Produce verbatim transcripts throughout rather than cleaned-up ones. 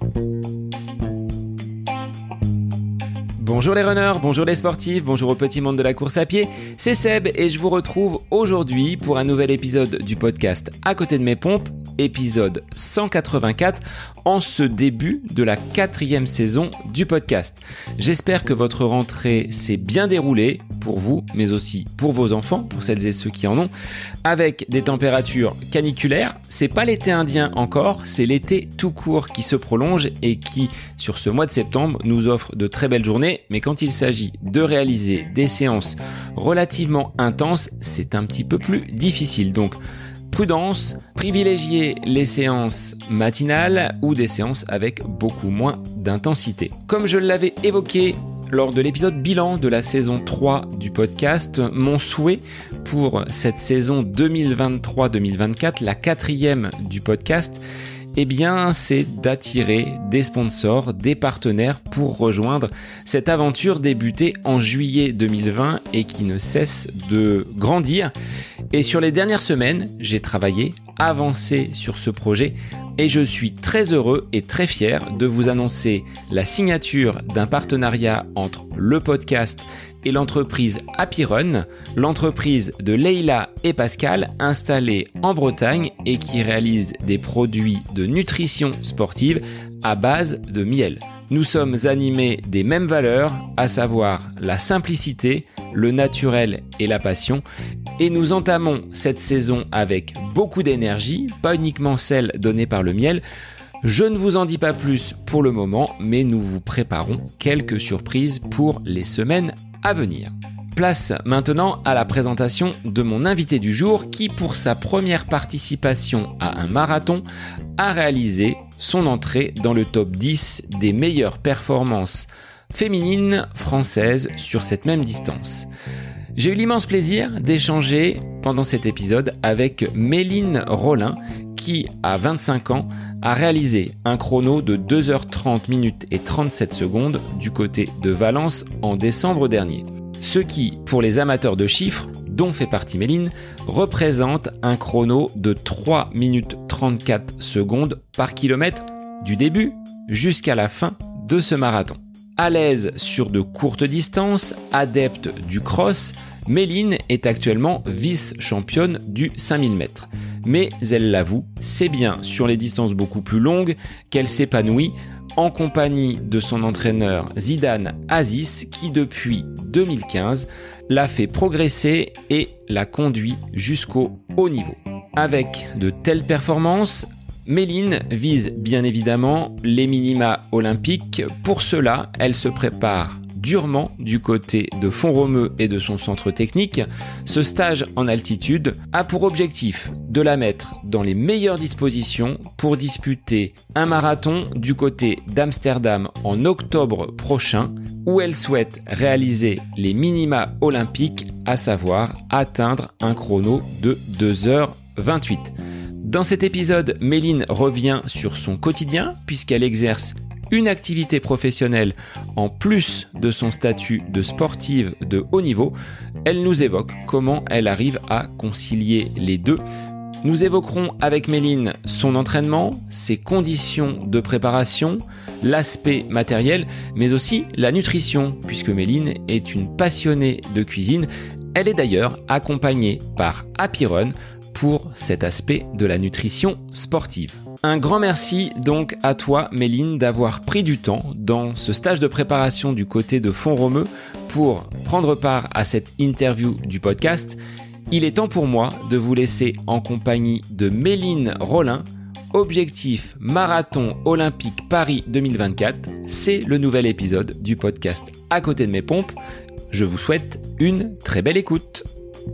Bonjour les runners, bonjour les sportifs, bonjour au petit monde de la course à pied, c'est Seb et je vous retrouve aujourd'hui pour un nouvel épisode du podcast À côté de mes pompes, épisode cent quatre-vingt-quatre, en ce début de la quatrième saison du podcast. J'espère que votre rentrée s'est bien déroulée pour vous, mais aussi pour vos enfants, pour celles et ceux qui en ont, avec des températures caniculaires. C'est pas l'été indien encore, c'est l'été tout court qui se prolonge et qui, sur ce mois de septembre, nous offre de très belles journées. Mais quand il s'agit de réaliser des séances relativement intenses, c'est un petit peu plus difficile. Donc, prudence, privilégiez les séances matinales ou des séances avec beaucoup moins d'intensité. Comme je l'avais évoqué lors de l'épisode bilan de la saison trois du podcast, mon souhait pour cette saison deux mille vingt-trois deux mille vingt-quatre, la quatrième du podcast, eh bien, c'est d'attirer des sponsors, des partenaires pour rejoindre cette aventure débutée en juillet deux mille vingt et qui ne cesse de grandir. Et sur les dernières semaines, j'ai travaillé, avancé sur ce projet et je suis très heureux et très fier de vous annoncer la signature d'un partenariat entre le podcast et l'entreprise Happy Run, l'entreprise de Leïla et Pascal, installée en Bretagne et qui réalise des produits de nutrition sportive à base de miel. Nous sommes animés des mêmes valeurs, à savoir la simplicité, le naturel et la passion. Et nous entamons cette saison avec beaucoup d'énergie, pas uniquement celle donnée par le miel. Je ne vous en dis pas plus pour le moment, mais nous vous préparons quelques surprises pour les semaines à venir. Place maintenant à la présentation de mon invité du jour qui, pour sa première participation à un marathon, a réalisé son entrée dans le top dix des meilleures performances féminines françaises sur cette même distance. J'ai eu l'immense plaisir d'échanger pendant cet épisode avec Méline Rollin qui, à vingt-cinq ans, a réalisé un chrono de deux heures trente minutes et trente-sept secondes du côté de Valence en décembre dernier. Ce qui, pour les amateurs de chiffres, dont fait partie Méline, représente un chrono de trois minutes trente-quatre secondes par kilomètre du début jusqu'à la fin de ce marathon. À l'aise sur de courtes distances, adepte du cross, Méline est actuellement vice-championne du cinq mille mètres. Mais elle l'avoue, c'est bien sur les distances beaucoup plus longues qu'elle s'épanouit en compagnie de son entraîneur Zidane Aziz qui depuis deux mille quinze l'a fait progresser et l'a conduit jusqu'au haut niveau. Avec de telles performances, Méline vise bien évidemment les minima olympiques. Pour cela, elle se prépare durement du côté de Font-Romeu et de son centre technique. Ce stage en altitude a pour objectif de la mettre dans les meilleures dispositions pour disputer un marathon du côté d'Amsterdam en octobre prochain où elle souhaite réaliser les minima olympiques, à savoir atteindre un chrono de deux heures vingt-huit. Dans cet épisode, Méline revient sur son quotidien puisqu'elle exerce une activité professionnelle en plus de son statut de sportive de haut niveau. Elle nous évoque comment elle arrive à concilier les deux. Nous évoquerons avec Méline son entraînement, ses conditions de préparation, l'aspect matériel, mais aussi la nutrition, puisque Méline est une passionnée de cuisine. Elle est d'ailleurs accompagnée par Happy Run pour cet aspect de la nutrition sportive. Un grand merci donc à toi Méline d'avoir pris du temps dans ce stage de préparation du côté de Font-Romeu pour prendre part à cette interview du podcast. Il est temps pour moi de vous laisser en compagnie de Méline Rollin. Objectif Marathon Olympique Paris deux mille vingt-quatre, c'est le nouvel épisode du podcast À côté de mes pompes. Je vous souhaite une très belle écoute.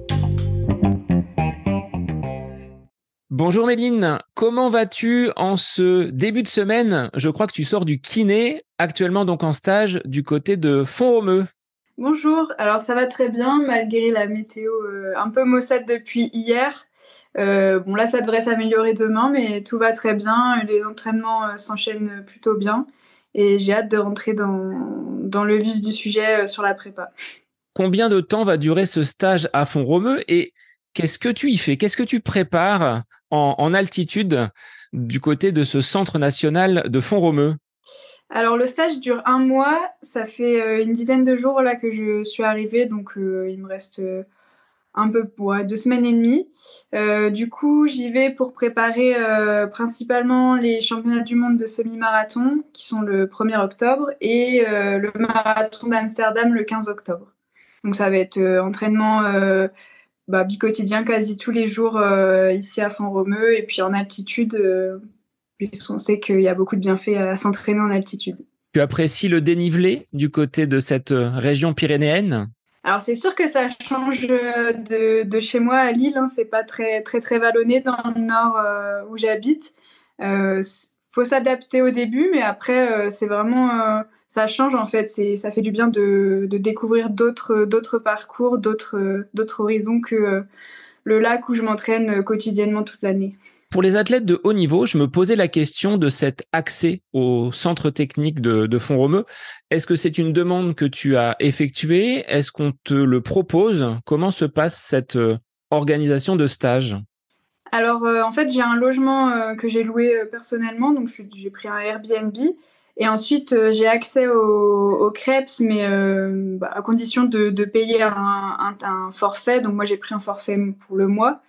Bonjour Méline, comment vas-tu en ce début de semaine ? Je crois que tu sors du kiné, actuellement donc en stage du côté de Font-Romeu. Bonjour, alors ça va très bien malgré la météo euh, un peu maussade depuis hier. Euh, bon là ça devrait s'améliorer demain mais tout va très bien, les entraînements euh, s'enchaînent plutôt bien et j'ai hâte de rentrer dans, dans le vif du sujet euh, sur la prépa. Combien de temps va durer ce stage à Font-Romeu et qu'est-ce que tu y fais ? Qu'est-ce que tu prépares en, en altitude du côté de ce Centre national de Font-Romeu? Alors le stage dure un mois, ça fait euh, une dizaine de jours là que je suis arrivée, donc euh, il me reste euh, un peu ouais, deux semaines et demie. Euh, du coup, j'y vais pour préparer euh, principalement les championnats du monde de semi-marathon qui sont le premier octobre et euh, le marathon d'Amsterdam le quinze octobre. Donc ça va être euh, entraînement euh, bah, bi-quotidien quasi tous les jours euh, ici à Font-Romeu et puis en altitude, euh, puisqu'on sait qu'il y a beaucoup de bienfaits à s'entraîner en altitude. Tu apprécies le dénivelé du côté de cette euh, région pyrénéenne? Alors c'est sûr que ça change euh, de, de chez moi à Lille, hein, c'est pas très très très vallonné dans le nord euh, où j'habite. Euh, faut s'adapter au début, mais après euh, c'est vraiment euh, ça change en fait. C'est ça fait du bien de, de découvrir d'autres d'autres parcours, d'autres d'autres horizons que euh, le lac où je m'entraîne quotidiennement toute l'année. Pour les athlètes de haut niveau, je me posais la question de cet accès au centre technique de, de Font-Romeu. Est-ce que c'est une demande que tu as effectuée? Est-ce qu'on te le propose? Comment se passe cette euh, organisation de stage? Alors, euh, en fait, j'ai un logement euh, que j'ai loué euh, personnellement, donc je- j'ai pris un Airbnb. Et ensuite, euh, j'ai accès au, au Creps, mais euh, bah, à condition de, de payer un, un, un forfait. Donc, moi, j'ai pris un forfait pour le mois.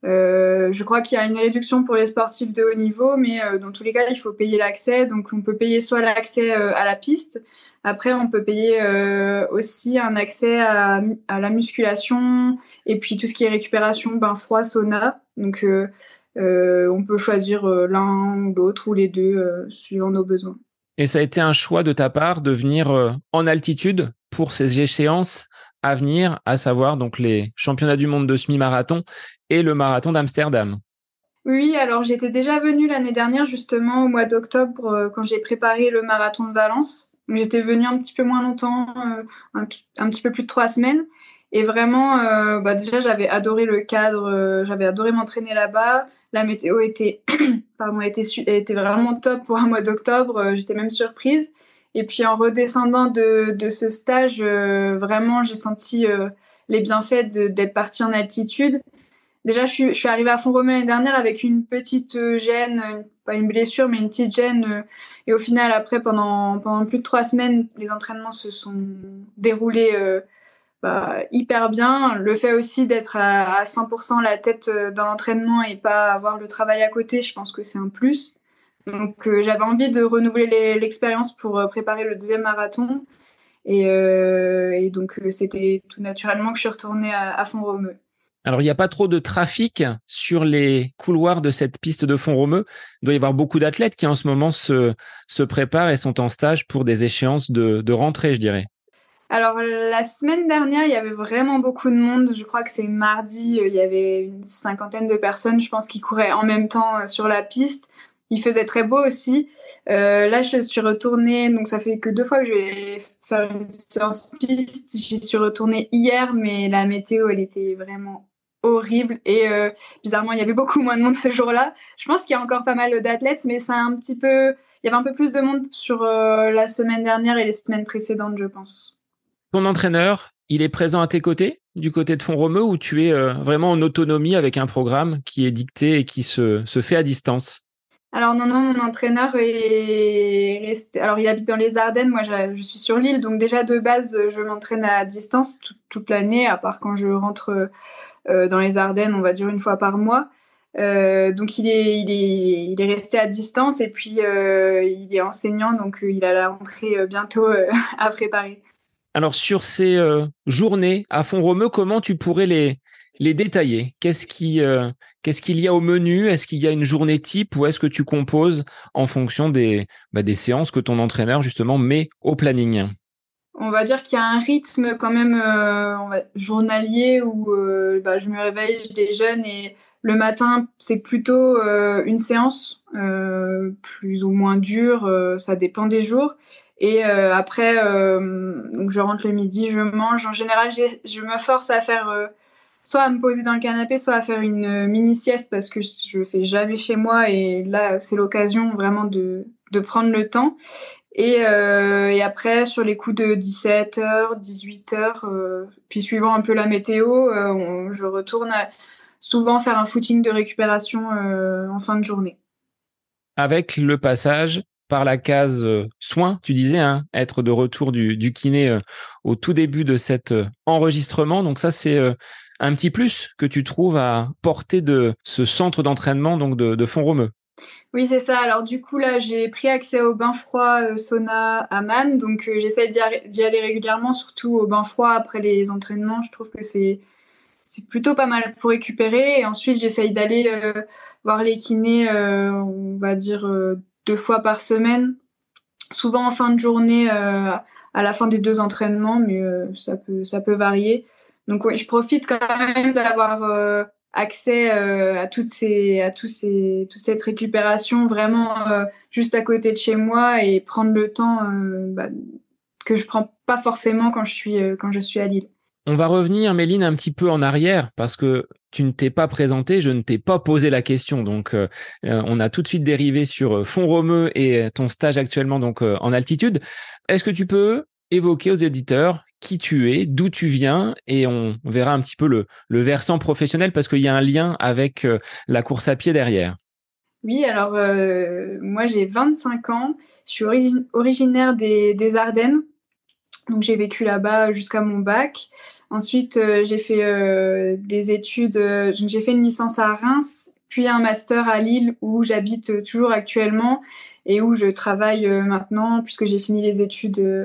Euh, je crois qu'il y a une réduction pour les sportifs de haut niveau, mais euh, dans tous les cas, il faut payer l'accès. Donc, on peut payer soit l'accès euh, à la piste. Après, on peut payer euh, aussi un accès à, à la musculation et puis tout ce qui est récupération, bain froid, sauna. Donc, euh, euh, on peut choisir euh, l'un ou l'autre ou les deux euh, suivant nos besoins. Et ça a été un choix de ta part de venir euh, en altitude pour ces échéances à venir, à savoir donc les championnats du monde de semi-marathon et le marathon d'Amsterdam. Oui, alors j'étais déjà venue l'année dernière justement au mois d'octobre euh, quand j'ai préparé le marathon de Valence. Donc, j'étais venue un petit peu moins longtemps, euh, un, t- un petit peu plus de trois semaines. Et vraiment, euh, bah déjà j'avais adoré le cadre, euh, j'avais adoré m'entraîner là-bas. La météo était, pardon, était, su- était vraiment top pour un mois d'octobre. euh, j'étais même surprise. Et puis en redescendant de, de ce stage, euh, vraiment j'ai senti euh, les bienfaits de- d'être partie en altitude. Déjà, je suis, je suis arrivée à Font-Romeu l'année dernière avec une petite euh, gêne, une- pas une blessure, mais une petite gêne. euh, et au final, après, pendant, pendant plus de trois semaines, les entraînements se sont déroulés euh, bah, hyper bien. Le fait aussi d'être à, à cent pour cent la tête euh, dans l'entraînement et pas avoir le travail à côté, je pense que c'est un plus. Donc, euh, j'avais envie de renouveler les- l'expérience pour euh, préparer le deuxième marathon. Et, euh, et donc, euh, c'était tout naturellement que je suis retournée à, à Font-Romeu. Alors, il n'y a pas trop de trafic sur les couloirs de cette piste de Font-Romeu. Il doit y avoir beaucoup d'athlètes qui en ce moment se, se préparent et sont en stage pour des échéances de, de rentrée, je dirais. Alors, la semaine dernière, il y avait vraiment beaucoup de monde. Je crois que c'est mardi, euh, il y avait une cinquantaine de personnes, je pense, qui couraient en même temps euh, sur la piste. Il faisait très beau aussi. Euh, là, je suis retournée, donc ça fait que deux fois que je vais faire une séance piste. J'y suis retournée hier, mais la météo, elle était vraiment horrible. Et euh, bizarrement, il y avait beaucoup moins de monde ce jour-là. Je pense qu'il y a encore pas mal d'athlètes, mais c'est un petit peu... Il y avait un peu plus de monde sur euh, la semaine dernière et les semaines précédentes, je pense. Ton entraîneur, il est présent à tes côtés, du côté de Font-Romeu, ou tu es euh, vraiment en autonomie avec un programme qui est dicté et qui se, se fait à distance? Alors non, non, mon entraîneur est resté... Alors il habite dans les Ardennes, moi je, je suis sur l'île, donc déjà de base je m'entraîne à distance tout- toute l'année, à part quand je rentre euh, dans les Ardennes, on va dire une fois par mois. Euh, donc il est, il est, il est resté à distance et puis euh, il est enseignant, donc euh, il a la rentrée euh, bientôt euh, à préparer. Alors, sur ces euh, journées à Font-Romeu, comment tu pourrais les, les détailler? Qu'est-ce qui, euh, qu'est-ce qu'il y a au menu? Est-ce qu'il y a une journée type ou est-ce que tu composes en fonction des, bah, des séances que ton entraîneur, justement, met au planning? On va dire qu'il y a un rythme quand même euh, on va- journalier où euh, bah, je me réveille, je déjeune et le matin c'est plutôt euh, une séance euh, plus ou moins dure, euh, ça dépend des jours. Et euh, après, euh, donc je rentre le midi, je mange. En général, j'ai- je me force à faire euh, soit à me poser dans le canapé, soit à faire une euh, mini sieste parce que je fais jamais chez moi et là c'est l'occasion vraiment de de prendre le temps. Et, euh, et après, sur les coups de dix-sept heures, dix-huit heures, euh, puis suivant un peu la météo, euh, on- je retourne à- souvent faire un footing de récupération euh, en fin de journée. avec le passage par la case euh, soins, tu disais, hein, être de retour du, du kiné euh, au tout début de cet euh, enregistrement. Donc ça, c'est euh, un petit plus que tu trouves à portée de ce centre d'entraînement donc de, de Font-Romeu. Oui, c'est ça. Alors du coup, là, j'ai pris accès au bain froid, euh, sauna, hammam. Donc euh, j'essaie d'y, ar- d'y aller régulièrement, surtout au bain froid après les entraînements. Je trouve que c'est, c'est plutôt pas mal pour récupérer. Et ensuite, j'essaye d'aller euh, voir les kinés, euh, on va dire, euh, deux fois par semaine. Souvent en fin de journée, euh, à la fin des deux entraînements, mais euh, ça peut, ça peut varier. Donc oui, je profite quand même d'avoir euh, accès euh, à toutes ces, à tous ces, toute cette récupération vraiment euh, juste à côté de chez moi et prendre le temps euh, bah, que je prends pas forcément quand je suis, euh, quand je suis à Lille. On va revenir, Méline, un petit peu en arrière parce que tu ne t'es pas présenté, je ne t'ai pas posé la question. Donc, euh, euh, on a tout de suite dérivé sur euh, Font-Romeu et ton stage actuellement donc euh, en altitude. Est-ce que tu peux évoquer aux éditeurs qui tu es, d'où tu viens, et on verra un petit peu le, le versant professionnel parce qu'il y a un lien avec euh, la course à pied derrière. Oui, alors euh, moi j'ai vingt-cinq ans, je suis origi- originaire des, des Ardennes. Donc j'ai vécu là-bas jusqu'à mon bac. Ensuite, euh, j'ai fait euh, des études, euh, j'ai fait une licence à Reims, puis un master à Lille où j'habite euh, toujours actuellement et où je travaille euh, maintenant puisque j'ai fini les études euh,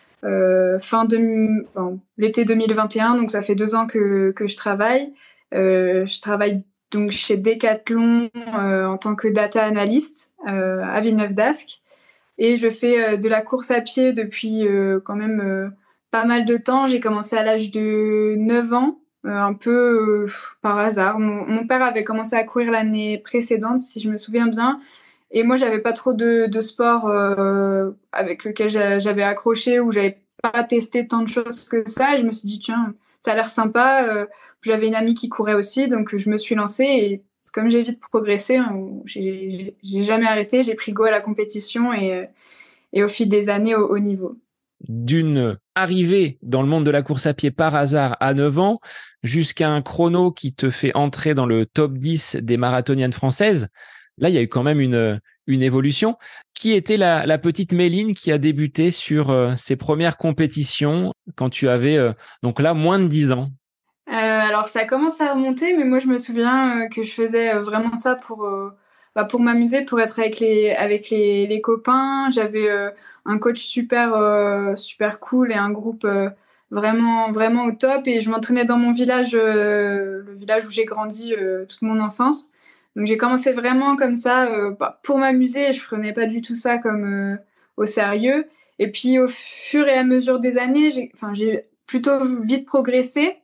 euh, fin de, enfin, l'été deux mille vingt et un, donc ça fait deux ans que, que je travaille. Euh, je travaille donc chez Decathlon euh, en tant que data analyst euh, à Villeneuve-d'Ascq. Et je fais euh, de la course à pied depuis euh, quand même euh, pas mal de temps. J'ai commencé à l'âge de neuf ans, euh, un peu euh, par hasard. Mon, mon père avait commencé à courir l'année précédente, si je me souviens bien. Et moi, j'avais pas trop de, de sport euh, avec lequel j'a- j'avais accroché ou j'avais pas testé tant de choses que ça. Et je me suis dit, tiens, ça a l'air sympa. Euh, j'avais une amie qui courait aussi, donc je me suis lancée et comme j'ai vite progressé, hein, j'ai j'ai jamais arrêté. J'ai pris goût à la compétition et, euh, et au fil des années au haut niveau. D'une arrivée dans le monde de la course à pied par hasard à neuf ans jusqu'à un chrono qui te fait entrer dans le top dix des marathoniennes françaises. Là, il y a eu quand même une, une évolution. Qui était la, la petite Méline qui a débuté sur euh, ses premières compétitions quand tu avais euh, donc là moins de dix ans? Euh, alors ça commence à remonter, mais moi je me souviens euh, que je faisais euh, vraiment ça pour euh, bah, pour m'amuser, pour être avec les avec les, les copains. J'avais euh, un coach super euh, super cool et un groupe euh, vraiment vraiment au top. Et je m'entraînais dans mon village, euh, le village où j'ai grandi euh, toute mon enfance. Donc j'ai commencé vraiment comme ça euh, bah, pour m'amuser. Je prenais pas du tout ça comme euh, au sérieux. Et puis au fur et à mesure des années, j'ai enfin j'ai plutôt vite progressé.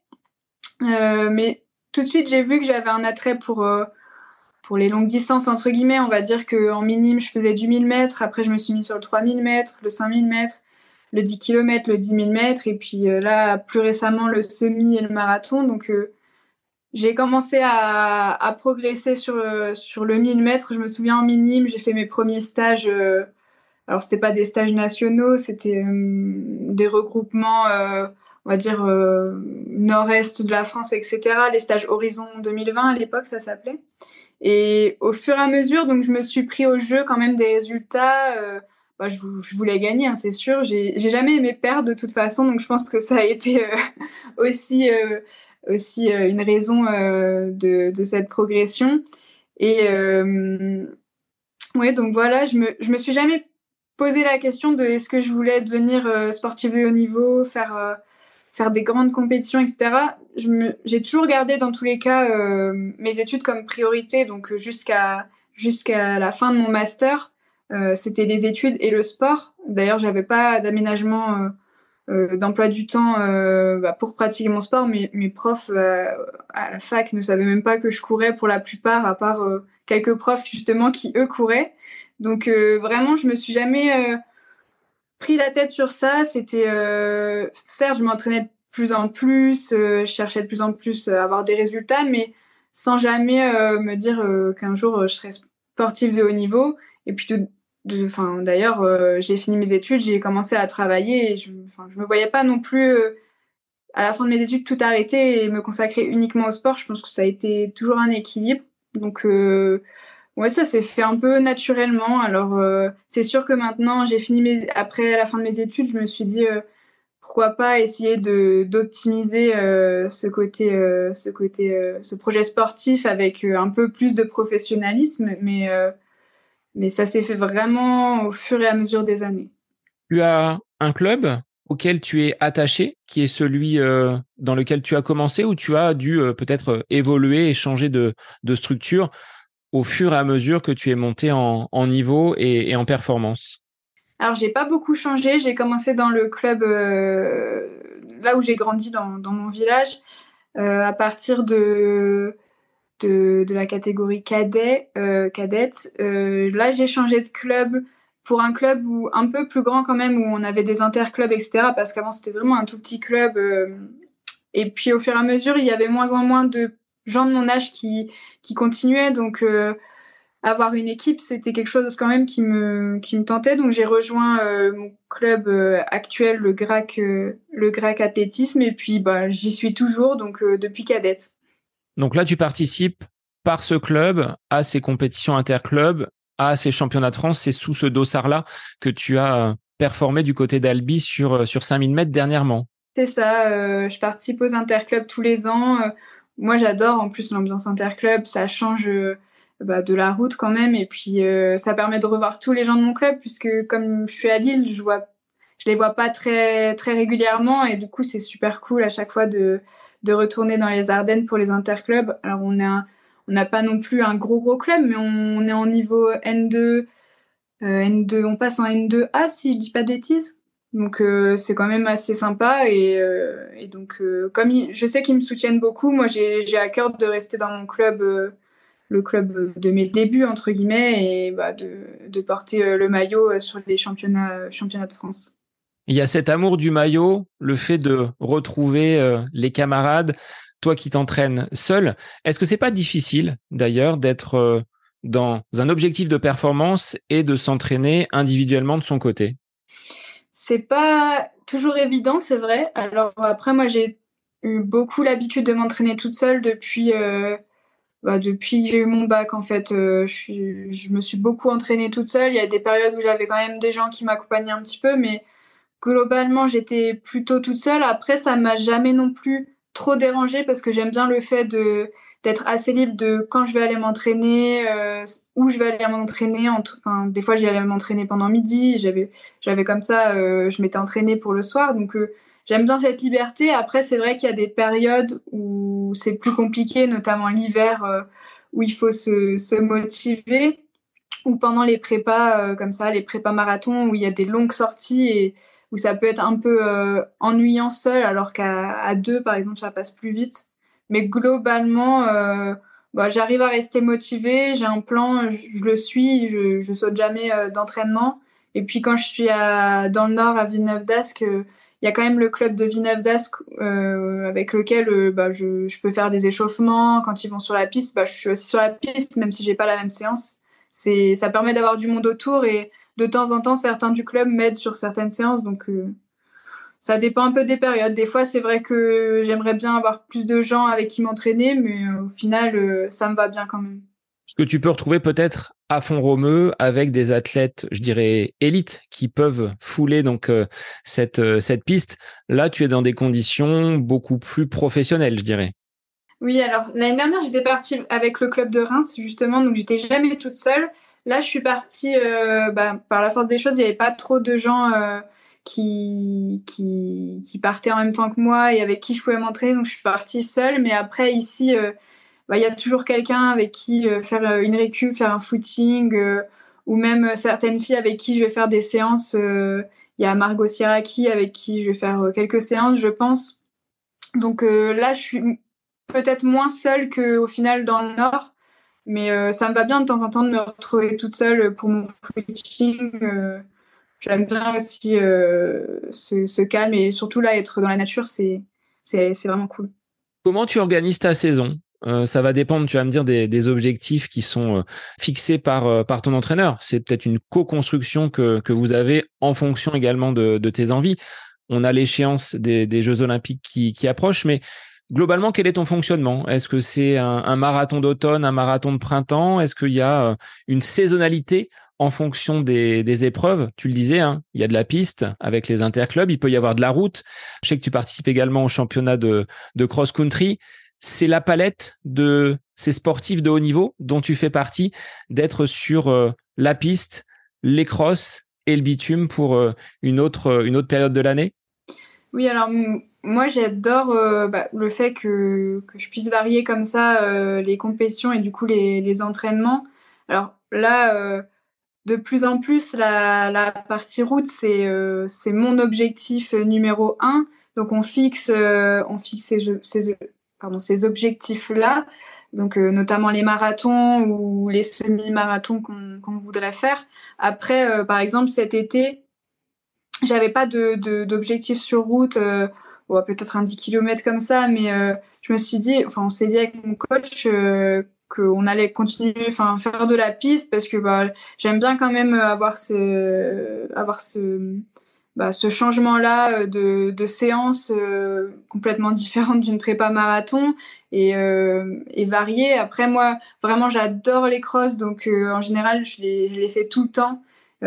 Euh, mais tout de suite, j'ai vu que j'avais un attrait pour, euh, pour les longues distances, entre guillemets. On va dire qu'en minime, je faisais du mille mètres. Après, je me suis mis sur le trois mille mètres, le cinq mille mètres, le dix kilomètres, le dix mille mètres. Et puis euh, là, plus récemment, le semi et le marathon. Donc, euh, j'ai commencé à, à progresser sur le, sur le mille mètres. Je me souviens en minime, j'ai fait mes premiers stages. Euh, alors, c'était pas des stages nationaux, c'était euh, des regroupements, euh, on va dire, euh, nord-est de la France, et cetera. Les stages Horizon deux mille vingt à l'époque, ça s'appelait. Et au fur et à mesure, donc, je me suis pris au jeu quand même des résultats. Euh, bah, je, je voulais gagner, hein, c'est sûr. J'ai, j'ai jamais aimé perdre de toute façon, donc je pense que ça a été euh, aussi, euh, aussi euh, une raison euh, de, de cette progression. Et euh, ouais, donc voilà, je me, je me suis jamais posé la question de est-ce que je voulais devenir euh, sportive de haut niveau, faire, euh, faire des grandes compétitions, et cetera. Je me, j'ai toujours gardé dans tous les cas euh, mes études comme priorité, donc euh, jusqu'à jusqu'à la fin de mon master, euh, c'était les études et le sport. D'ailleurs, j'avais pas d'aménagement euh, euh, d'emploi du temps euh, bah, pour pratiquer mon sport. Mes, mes profs euh, à la fac ne savaient même pas que je courais pour la plupart, à part euh, quelques profs justement qui eux couraient. Donc euh, vraiment, je me suis jamais euh, pris la tête sur ça. C'était euh, certes, je m'entraînais de plus en plus, euh, je cherchais de plus en plus à avoir des résultats, mais sans jamais euh, me dire euh, qu'un jour euh, je serais sportive de haut niveau. Et puis de, de, enfin, d'ailleurs, euh, j'ai fini mes études, j'ai commencé à travailler et je, enfin, je me voyais pas non plus euh, à la fin de mes études tout arrêter et me consacrer uniquement au sport. Je pense que ça a été toujours un équilibre. Donc euh, Ouais, ça s'est fait un peu naturellement. Alors, euh, c'est sûr que maintenant, j'ai fini mes... après la fin de mes études, je me suis dit euh, pourquoi pas essayer de d'optimiser euh, ce côté, euh, ce côté, euh, ce projet sportif avec euh, un peu plus de professionnalisme. Mais euh, mais ça s'est fait vraiment au fur et à mesure des années. Tu as un club auquel tu es attaché, qui est celui euh, dans lequel tu as commencé, ou tu as dû euh, peut-être euh, évoluer et changer de, de structure au fur et à mesure que tu es monté en, en niveau et, et en performance? Alors, j'ai pas beaucoup changé. J'ai commencé dans le club euh, là où j'ai grandi dans, dans mon village euh, à partir de de, de la catégorie cadet, euh, cadette. Euh, là, j'ai changé de club pour un club où, un peu plus grand quand même, où on avait des interclubs, et cetera. Parce qu'avant, c'était vraiment un tout petit club. Euh, et puis, au fur et à mesure, il y avait moins en moins de gens de mon âge qui, qui continuaient. Donc, euh, avoir une équipe, c'était quelque chose quand même qui me, qui me tentait. Donc, j'ai rejoint euh, mon club euh, actuel, le GRAC, euh, le GRAC Athlétisme. Et puis, bah, j'y suis toujours, donc euh, depuis cadette. Donc là, tu participes par ce club à ces compétitions interclubs, à ces championnats de France. C'est sous ce dossard-là que tu as euh, performé du côté d'Albi sur, euh, sur cinq mille mètres dernièrement. C'est ça, euh, je participe aux interclubs tous les ans. Euh, moi, j'adore en plus l'ambiance interclub, ça change euh, bah, de la route quand même, et puis euh, ça permet de revoir tous les gens de mon club, puisque comme je suis à Lille, je vois, je les vois pas très très régulièrement, et du coup, c'est super cool à chaque fois de de retourner dans les Ardennes pour les interclubs. Alors on est un- on n'a pas non plus un gros gros club, mais on, est en niveau N deux, euh, N deux, on passe en N deux A si je dis pas de bêtises. Donc euh, c'est quand même assez sympa et, euh, et donc euh, comme ils- je sais qu'ils me soutiennent beaucoup, moi j'ai j'ai à cœur de rester dans mon club, euh, le club de mes débuts entre guillemets et bah, de, de porter euh, le maillot euh, sur les championnats championnats de France. Il y a cet amour du maillot, le fait de retrouver euh, les camarades, toi qui t'entraînes seul. Est-ce que c'est pas difficile d'ailleurs d'être euh, dans un objectif de performance et de s'entraîner individuellement de son côté? C'est pas toujours évident, c'est vrai. Alors après moi j'ai eu beaucoup l'habitude de m'entraîner toute seule depuis euh, bah, depuis que j'ai eu mon bac, en fait, euh, je, suis, je me suis beaucoup entraînée toute seule. Il y a des périodes où j'avais quand même des gens qui m'accompagnaient un petit peu, mais globalement, j'étais plutôt toute seule. Après, ça m'a jamais non plus trop dérangée parce que j'aime bien le fait de d'être assez libre de quand je vais aller m'entraîner, euh, où je vais aller m'entraîner. Entre, enfin, des fois, j'y allais m'entraîner pendant midi. J'avais, j'avais comme ça, euh, je m'étais entraînée pour le soir. Donc, euh, j'aime bien cette liberté. Après, c'est vrai qu'il y a des périodes où c'est plus compliqué, notamment l'hiver, euh, où il faut se, se motiver, ou pendant les prépas, euh, comme ça, les prépas marathons, où il y a des longues sorties et où ça peut être un peu euh, ennuyant seul, alors qu'à à deux, par exemple, ça passe plus vite. Mais globalement, euh, bah, j'arrive à rester motivée, j'ai un plan, je, je le suis, je, je saute jamais euh, d'entraînement. Et puis quand je suis à, dans le nord, à Villeneuve-d'Ascq, euh, il y a quand même le club de Villeneuve-d'Ascq euh, avec lequel euh, bah, je, je peux faire des échauffements. Quand ils vont sur la piste, bah, je suis aussi sur la piste, même si j'ai pas la même séance. C'est, ça permet d'avoir du monde autour et de temps en temps, certains du club m'aident sur certaines séances, donc euh, ça dépend un peu des périodes. Des fois, c'est vrai que j'aimerais bien avoir plus de gens avec qui m'entraîner, mais euh, au final, euh, ça me va bien quand même. Ce que tu peux retrouver peut-être à Font-Romeu avec des athlètes, je dirais, élites qui peuvent fouler donc euh, cette, euh, cette piste. Là, tu es dans des conditions beaucoup plus professionnelles, je dirais. Oui, alors l'année dernière, j'étais partie avec le club de Reims, justement, donc j'étais jamais toute seule. Là, je suis partie, euh, bah, par la force des choses, il n'y avait pas trop de gens euh, qui, qui, qui partaient en même temps que moi et avec qui je pouvais m'entraîner, donc je suis partie seule. Mais après, ici, euh, bah, il y a toujours quelqu'un avec qui euh, faire euh, une récup, faire un footing, euh, ou même euh, certaines filles avec qui je vais faire des séances. euh, Il y a Margot Siraki avec qui je vais faire euh, quelques séances, je pense. Donc euh, là, je suis peut-être moins seule qu'au final dans le Nord, mais euh, ça me va bien de temps en temps de me retrouver toute seule pour mon footing. Euh, j'aime bien aussi euh, ce, ce calme et surtout là, être dans la nature, c'est, c'est, c'est vraiment cool. Comment tu organises ta saison? Euh, ça va dépendre, tu vas me dire, des, des objectifs qui sont euh, fixés par, euh, par ton entraîneur. C'est peut-être une co-construction que, que vous avez en fonction également de, de tes envies. On a l'échéance des, des Jeux Olympiques qui, qui approche, mais Globalement, quel est ton fonctionnement? Est-ce que c'est un, un marathon d'automne, un marathon de printemps? Est-ce qu'il y a euh, une saisonnalité en fonction des, des épreuves? Tu le disais, hein, il y a de la piste avec les interclubs, il peut y avoir de la route. Je sais que tu participes également au championnat de, de cross-country. C'est la palette de ces sportifs de haut niveau dont tu fais partie, d'être sur euh, la piste, les crosses et le bitume pour euh, une autre, une autre période de l'année? Oui, alors m- moi j'adore euh, bah, le fait que, que je puisse varier comme ça euh, les compétitions et du coup les, les entraînements. Alors là, euh, de plus en plus, la, la partie route, c'est euh, c'est mon objectif numéro un. Donc on fixe, euh, on fixe ces, jeux- ces, pardon, ces objectifs-là, donc euh, notamment les marathons ou les semi-marathons qu'on qu'on voudrait faire. Après, euh, par exemple, cet été, j'avais pas de, de, d'objectif sur route, euh, ouais, peut-être un dix kilomètres comme ça, mais euh, je me suis dit, enfin, on s'est dit avec mon coach euh, qu'on allait continuer, enfin, faire de la piste parce que bah, j'aime bien quand même avoir ce, avoir ce, bah, ce changement-là euh, de, de séance euh, complètement différente d'une prépa marathon et, euh, et variée. Après, moi, vraiment, j'adore les crosses, donc euh, en général, je les, je les fais tout le temps.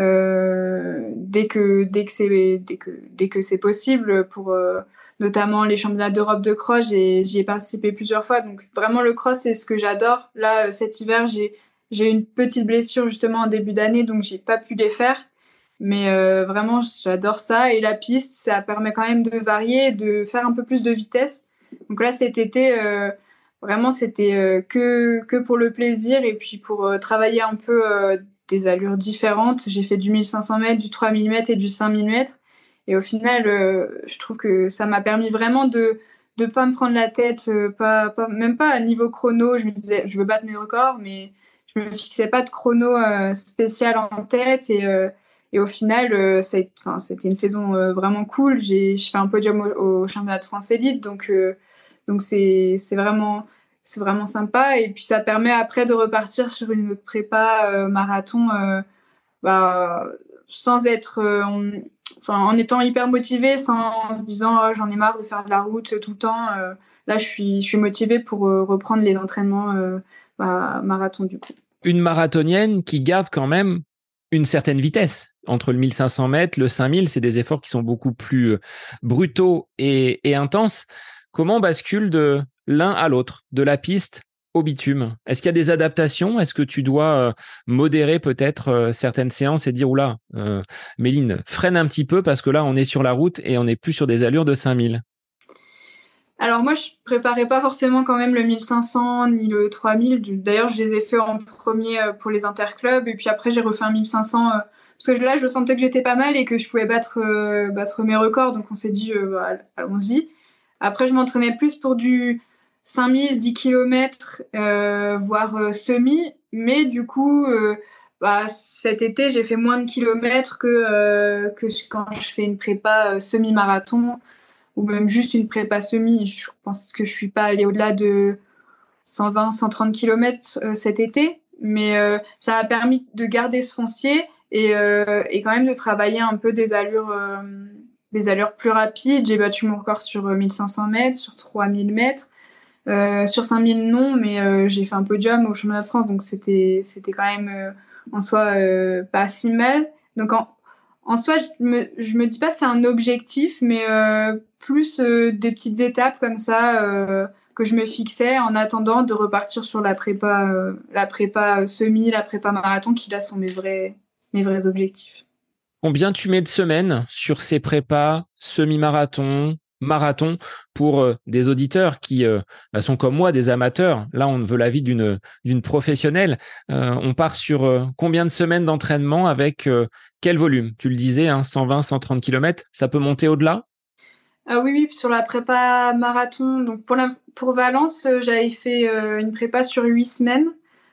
Euh, dès que dès que c'est dès que dès que c'est possible pour euh, notamment les championnats d'Europe de cross, j'ai j'y ai participé plusieurs fois, donc vraiment le cross c'est ce que j'adore. Là euh, cet hiver j'ai j'ai eu une petite blessure justement en début d'année, donc j'ai pas pu les faire, mais euh, vraiment j'adore ça. Et la piste ça permet quand même de varier, de faire un peu plus de vitesse. Donc là cet été euh, vraiment c'était euh, que que pour le plaisir et puis pour euh, travailler un peu euh, des allures différentes. J'ai fait du mille cinq cents mètres, du trois mille mètres et du cinq mille mètres. Et au final, euh, je trouve que ça m'a permis vraiment de de pas me prendre la tête, euh, pas, pas même pas à niveau chrono. Je me disais, je veux battre mes records, mais je me fixais pas de chrono euh, spécial en tête. Et euh, et au final, euh, ça a été- enfin, c'était une saison euh, vraiment cool. J'ai je fais un podium au, au championnat de France élite, donc euh, donc c'est c'est vraiment c'est vraiment sympa. Et puis ça permet après de repartir sur une autre prépa euh, marathon, euh, bah, sans être, euh, en, enfin, en étant hyper motivée, sans en se disant oh, j'en ai marre de faire de la route tout le temps. Euh, là, je suis, je suis motivée pour euh, reprendre les entraînements euh, bah, marathon du coup. Une marathonienne qui garde quand même une certaine vitesse. Entre le mille cinq cents mètres, le cinq mille, c'est des efforts qui sont beaucoup plus euh, brutaux et, et intenses. Comment on bascule de l'un à l'autre, de la piste au bitume? Est-ce qu'il y a des adaptations? Est-ce que tu dois euh, modérer peut-être euh, certaines séances et dire, oula, euh, Méline, freine un petit peu parce que là, on est sur la route et on n'est plus sur des allures de cinq mille? Alors moi, je préparais pas forcément quand même le mille cinq cents ni le trois mille. Du- D'ailleurs, je les ai fait en premier euh, pour les interclubs et puis après j'ai refait un mille cinq cents euh, parce que là, je sentais que j'étais pas mal et que je pouvais battre euh, battre mes records. Donc on s'est dit, euh, bah, allons-y. Après, je m'entraînais plus pour du cinq mille, dix kilomètres, euh, voire euh, semi. Mais du coup, euh, bah, cet été, j'ai fait moins de kilomètres que, euh, que quand je fais une prépa euh, semi-marathon ou même juste une prépa semi. Je pense que je suis pas allée au-delà de cent vingt, cent trente kilomètres euh, cet été. Mais euh, ça a permis de garder ce foncier et, euh, et quand même de travailler un peu des allures, euh, des allures plus rapides. J'ai battu mon record sur mille cinq cents mètres, sur trois mille mètres. Euh, sur cinq mille, non, mais euh, j'ai fait un podium au championnat de France, donc c'était, c'était quand même euh, en soi euh, pas si mal. Donc en, en soi, je me, je me dis pas c'est un objectif, mais euh, plus euh, des petites étapes comme ça euh, que je me fixais en attendant de repartir sur la prépa, euh, la prépa euh, semi, la prépa marathon, qui là sont mes vrais, mes vrais objectifs. Combien tu mets de semaines sur ces prépas, semi-marathon, marathon, pour euh, des auditeurs qui euh, bah, sont comme moi, des amateurs? Là, on veut l'avis d'une d'une professionnelle. Euh, on part sur euh, combien de semaines d'entraînement avec euh, quel volume? Tu le disais, hein, cent vingt, cent trente kilomètres, ça peut monter au-delà? Ah oui, oui, sur la prépa marathon. Donc pour la, pour Valence, euh, j'avais fait euh, une prépa sur huit semaines.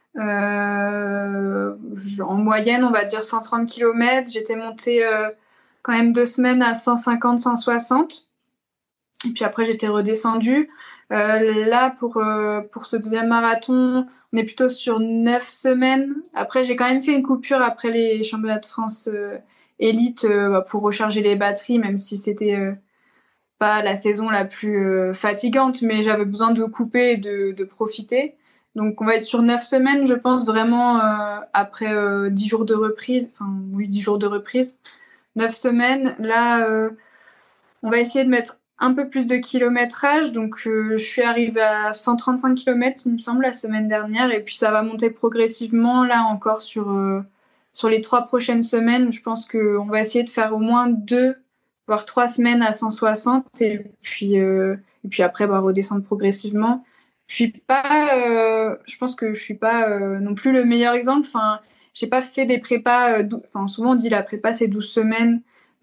Euh, en moyenne, on va dire cent trente kilomètres. J'étais montée euh, quand même deux semaines à cent cinquante, cent soixante. Et puis après, j'étais redescendue. Euh, là, pour, euh, pour ce deuxième marathon, on est plutôt sur neuf semaines. Après, j'ai quand même fait une coupure après les championnats de France euh, élite euh, bah, pour recharger les batteries, même si c'était euh, pas la saison la plus euh, fatigante, mais j'avais besoin de couper et de, de profiter. Donc on va être sur neuf semaines, je pense, vraiment euh, après euh, dix jours de reprise. Enfin, oui, dix jours de reprise. Neuf semaines. Là, euh, on va essayer de mettre un peu plus de kilométrage. Donc euh, je suis arrivée à cent trente-cinq kilomètres, il me semble, la semaine dernière. Et puis ça va monter progressivement, là encore, sur, euh, sur les trois prochaines semaines. Je pense qu'on va essayer de faire au moins deux, voire trois semaines à cent soixante. Et puis, euh, et puis après, bah, redescendre progressivement. Je suis pas, euh, je pense que je suis pas euh, non plus le meilleur exemple. Enfin, j'ai pas fait des prépas. Euh, dou- enfin, souvent on dit la prépa c'est douze semaines.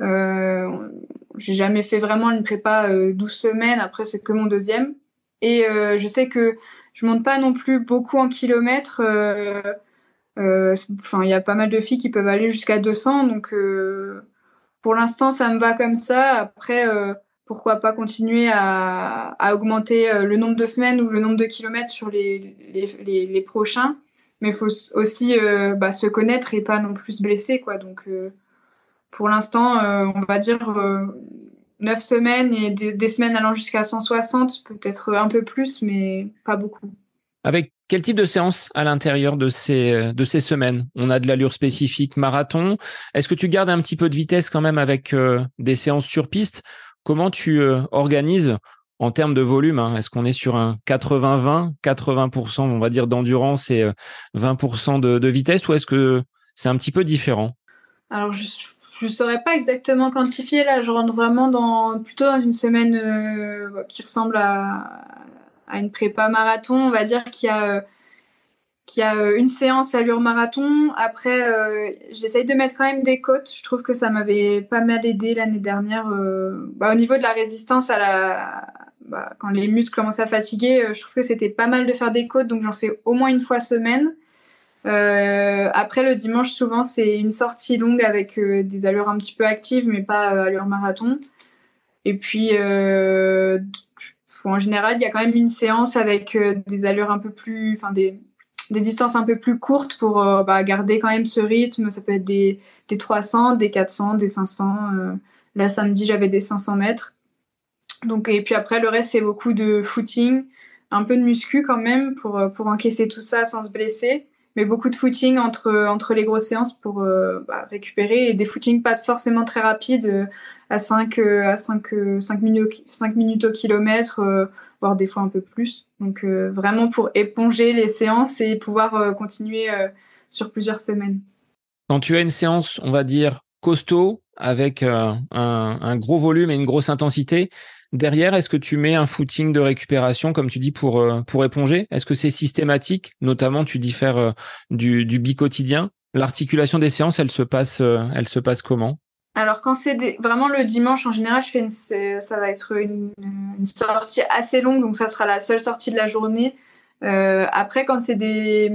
Euh, j'ai jamais fait vraiment une prépa euh, douze semaines. Après, c'est que mon deuxième. Et euh, je sais que je monte pas non plus beaucoup en kilomètres. Euh, euh, Enfin, il y a pas mal de filles qui peuvent aller jusqu'à deux cents. Donc, euh, pour l'instant, ça me va comme ça. Après, euh, pourquoi pas continuer à, à augmenter euh, le nombre de semaines ou le nombre de kilomètres sur les, les, les, les prochains. Mais il faut aussi euh, bah, se connaître et pas non plus se blesser, quoi. Donc, euh, pour l'instant, euh, on va dire euh, neuf semaines et des, des semaines allant jusqu'à cent soixante, peut-être un peu plus, mais pas beaucoup. Avec quel type de séance à l'intérieur de ces, de ces semaines? On a de l'allure spécifique marathon. Est-ce que tu gardes un petit peu de vitesse quand même avec euh, des séances sur piste? Comment tu euh, organises en termes de volume, hein? Est-ce qu'on est sur un quatre-vingts vingt, quatre-vingts pour cent, on va dire, d'endurance et euh, vingt pour cent de, de vitesse, ou est-ce que c'est un petit peu différent? Alors, je je saurais pas exactement quantifier. Là, je rentre vraiment dans plutôt dans une semaine euh, qui ressemble à, à une prépa marathon. On va dire qu'il y a euh, qu'il y a euh, une séance allure marathon. Après, euh, j'essaye de mettre quand même des côtes. Je trouve que ça m'avait pas mal aidé l'année dernière. Euh, bah, au niveau de la résistance à la, bah, quand les muscles commencent à fatiguer, euh, je trouve que c'était pas mal de faire des côtes. Donc j'en fais au moins une fois semaine. Euh, après le dimanche, souvent c'est une sortie longue avec euh, des allures un petit peu actives, mais pas euh, allure marathon. Et puis euh, en général, il y a quand même une séance avec euh, des allures un peu plus, enfin des des distances un peu plus courtes pour euh, bah, garder quand même ce rythme. Ça peut être des, des trois cents, des quatre cents, des cinq cents. Euh, là, samedi, j'avais des cinq cents mètres. Donc, et puis après, le reste, c'est beaucoup de footing, un peu de muscu quand même pour, euh, pour encaisser tout ça sans se blesser. Mais beaucoup de footing entre, entre les grosses séances pour euh, bah, récupérer. Et des footings pas forcément très rapides, euh, à cinq, euh, à cinq, euh, cinq minutes, cinq minutes au kilomètre, euh, voire des fois un peu plus. Donc euh, vraiment pour éponger les séances et pouvoir euh, continuer euh, sur plusieurs semaines. Quand tu as une séance, on va dire, costaud, avec euh, un, un gros volume et une grosse intensité, derrière, est-ce que tu mets un footing de récupération, comme tu dis, pour, euh, pour éponger? Est-ce que c'est systématique? Notamment, tu dis faire euh, du, du bi-quotidien. L'articulation des séances, elle se passe, euh, elle se passe comment? Alors quand c'est des... vraiment le dimanche, en général, je fais une... ça va être une... une sortie assez longue, donc ça sera la seule sortie de la journée. Euh, après, quand c'est des...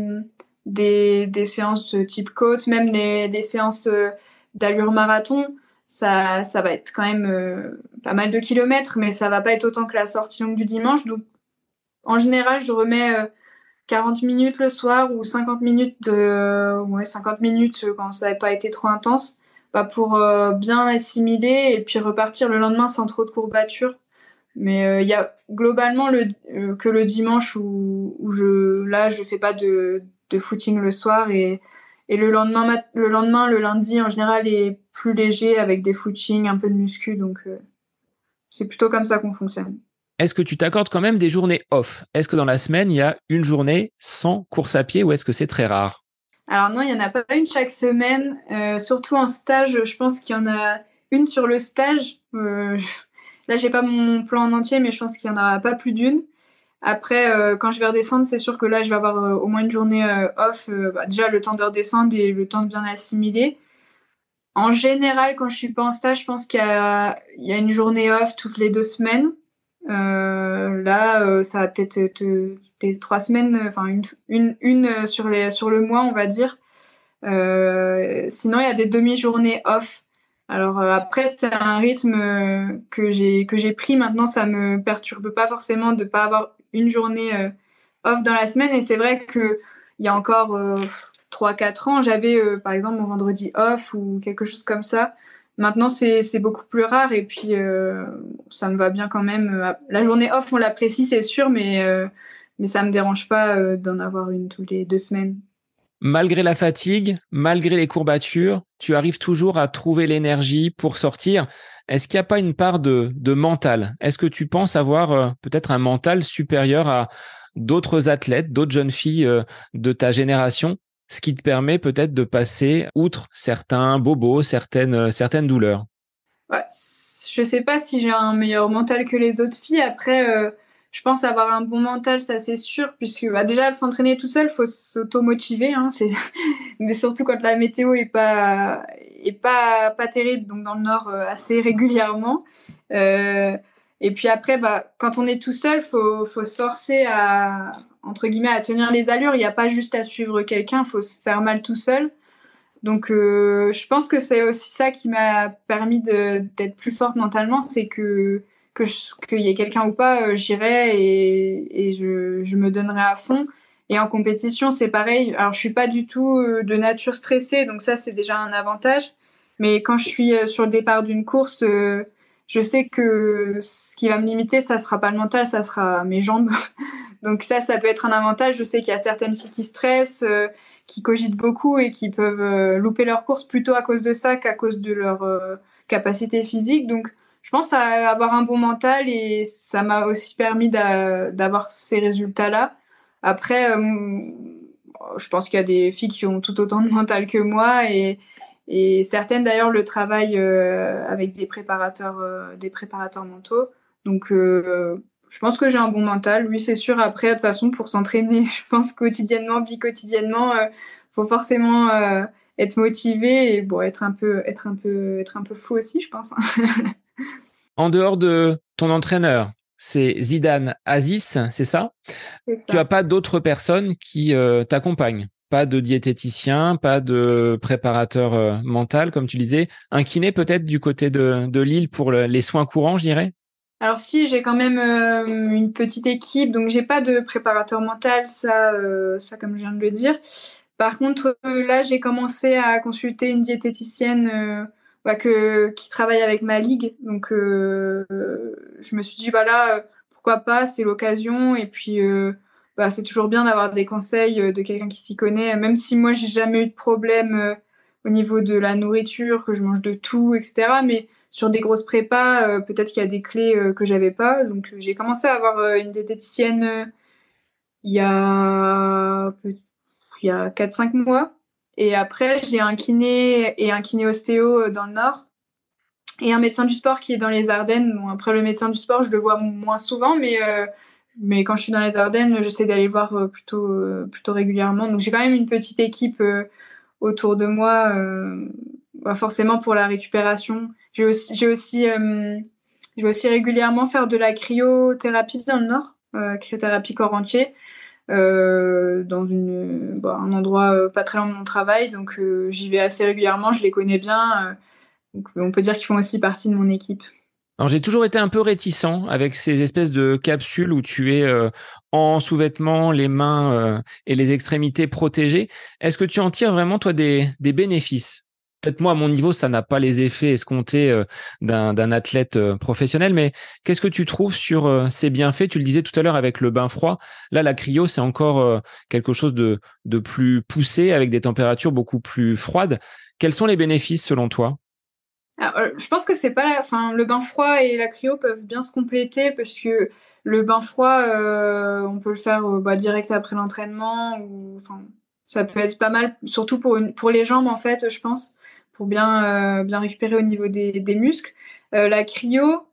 des, des séances type côte, même les, les séances euh, d'allure marathon, ça, ça va être quand même euh, pas mal de kilomètres, mais ça va pas être autant que la sortie longue du dimanche. Donc en général, je remets euh, quarante minutes le soir ou cinquante minutes de... ouais, cinquante minutes quand ça n'a pas été trop intense, bah pour euh, bien assimiler et puis repartir le lendemain sans trop de courbatures. Mais euh, il y a globalement le, euh, que le dimanche où, où je, là, je fais pas de, de footing le soir et, et le lendemain, mat- le lendemain, le lundi en général est plus léger avec des footings, un peu de muscu, donc euh, c'est plutôt comme ça qu'on fonctionne. Est-ce que tu t'accordes quand même des journées off? Est-ce que dans la semaine, il y a une journée sans course à pied ou est-ce que c'est très rare? Alors non, il y en a pas une chaque semaine, euh, surtout en stage. Je pense qu'il y en a une sur le stage. Euh, là, j'ai pas mon plan en entier, mais je pense qu'il y en aura pas plus d'une. Après, euh, quand je vais redescendre, c'est sûr que là, je vais avoir euh, au moins une journée euh, off. Euh, bah, déjà, le temps de redescendre et le temps de bien assimiler. En général, quand je suis pas en stage, je pense qu'il y a, il y a une journée off toutes les deux semaines. Euh, là, euh, ça va peut-être être euh, peut-être trois semaines, euh, enfin une, une, une euh, sur les, sur le mois, on va dire. Euh, sinon, il y a des demi-journées off. Alors euh, après, c'est un rythme euh, que j'ai que j'ai pris. Maintenant, ça me perturbe pas forcément de pas avoir une journée euh, off dans la semaine. Et c'est vrai que il y a encore euh, trois quatre ans, j'avais euh, par exemple mon vendredi off ou quelque chose comme ça. Maintenant, c'est, c'est beaucoup plus rare et puis euh, ça me va bien quand même. La journée off, on l'apprécie, c'est sûr, mais, euh, mais ça me dérange pas euh, d'en avoir une tous les deux semaines. Malgré la fatigue, malgré les courbatures, tu arrives toujours à trouver l'énergie pour sortir. Est-ce qu'il n'y a pas une part de, de mental? Est-ce que tu penses avoir euh, peut-être un mental supérieur à d'autres athlètes, d'autres jeunes filles euh, de ta génération, ce qui te permet peut-être de passer outre certains bobos, certaines, euh, certaines douleurs? Ouais, c- je sais pas si j'ai un meilleur mental que les autres filles. Après, euh, je pense avoir un bon mental, ça c'est sûr, puisque bah, déjà s'entraîner tout seul, faut s'auto-motiver, hein, c'est... mais surtout quand la météo est pas est pas pas terrible, donc dans le nord euh, assez régulièrement. Euh, et puis après, bah, quand on est tout seul, faut faut se forcer à entre guillemets à tenir les allures. Il n'y a pas juste à suivre quelqu'un, faut se faire mal tout seul. Donc, euh, je pense que c'est aussi ça qui m'a permis de, d'être plus forte mentalement, c'est que que je- qu'il y ait quelqu'un ou pas, euh, j'irai et, et je, je me donnerai à fond. Et en compétition, c'est pareil. Alors, je suis pas du tout euh, de nature stressée, donc ça, c'est déjà un avantage. Mais quand je suis euh, sur le départ d'une course, euh, je sais que ce qui va me limiter, ça sera pas le mental, ça sera mes jambes. Donc ça, ça peut être un avantage. Je sais qu'il y a certaines filles qui stressent, euh, qui cogitent beaucoup et qui peuvent euh, louper leur course plutôt à cause de ça qu'à cause de leur euh, capacité physique. Donc je pense à avoir un bon mental et ça m'a aussi permis d'a- d'avoir ces résultats-là. Après, euh, je pense qu'il y a des filles qui ont tout autant de mental que moi et, et certaines d'ailleurs le travaillent euh, avec des préparateurs, euh, des préparateurs mentaux. Donc euh, je pense que j'ai un bon mental, oui, c'est sûr. Après, de toute façon, pour s'entraîner, je pense quotidiennement, bi-quotidiennement, euh, faut forcément euh, être motivé et bon, être un peu, être un peu, être un peu fou aussi, je pense. En dehors de ton entraîneur, c'est Zidane Aziz, c'est ça? C'est Tu as ça. pas d'autres personnes qui euh, t'accompagnent? Pas de diététicien, pas de préparateur euh, mental, comme tu disais. Un kiné peut-être du côté de, de Lille pour le- les soins courants, je dirais? Alors si, j'ai quand même euh, une petite équipe, donc j'ai pas de préparateur mental, ça, euh, ça comme je viens de le dire. Par contre, euh, là, j'ai commencé à consulter une diététicienne euh, bah, que, qui travaille avec ma ligue. Donc, euh, euh, je me suis dit, bah là, euh, pourquoi pas, c'est l'occasion. Et puis, euh, bah, c'est toujours bien d'avoir des conseils euh, de quelqu'un qui s'y connaît. Même si moi, j'ai jamais eu de problème euh, au niveau de la nourriture, que je mange de tout, et cetera. Mais sur des grosses prépas, euh, peut-être qu'il y a des clés euh, que j'avais pas. Donc, euh, j'ai commencé à avoir euh, une diététicienne euh, il y a il y a quatre cinq mois. Et après, j'ai un kiné et un kiné ostéo euh, dans le Nord et un médecin du sport qui est dans les Ardennes. Bon, après, le médecin du sport, je le vois moins souvent, mais, euh, mais quand je suis dans les Ardennes, j'essaie d'aller le voir euh, plutôt, euh, plutôt régulièrement. Donc, j'ai quand même une petite équipe euh, autour de moi, euh, bah, forcément pour la récupération. J'ai aussi, j'ai aussi, euh, je vais aussi régulièrement faire de la cryothérapie dans le Nord, euh, cryothérapie corps entier euh, dans une, bah, un endroit euh, pas très loin de mon travail. Donc euh, j'y vais assez régulièrement, je les connais bien. Euh, donc on peut dire qu'ils font aussi partie de mon équipe. Alors j'ai toujours été un peu réticent avec ces espèces de capsules où tu es euh, en sous-vêtements, les mains euh, et les extrémités protégées. Est-ce que tu en tires vraiment toi des, des bénéfices? Peut-être moi à mon niveau ça n'a pas les effets escomptés euh, d'un, d'un athlète euh, professionnel, mais qu'est-ce que tu trouves sur euh, ces bienfaits? Tu le disais tout à l'heure avec le bain froid. Là la cryo c'est encore euh, quelque chose de, de plus poussé avec des températures beaucoup plus froides. Quels sont les bénéfices selon toi? Alors, euh, je pense que c'est pas, enfin, le bain froid et la cryo peuvent bien se compléter parce que le bain froid, euh, on peut le faire euh, bah, direct après l'entraînement ou, enfin, ça peut être pas mal, surtout pour une, pour les jambes en fait, je pense, pour bien, euh, bien récupérer au niveau des, des muscles. Euh, la cryo,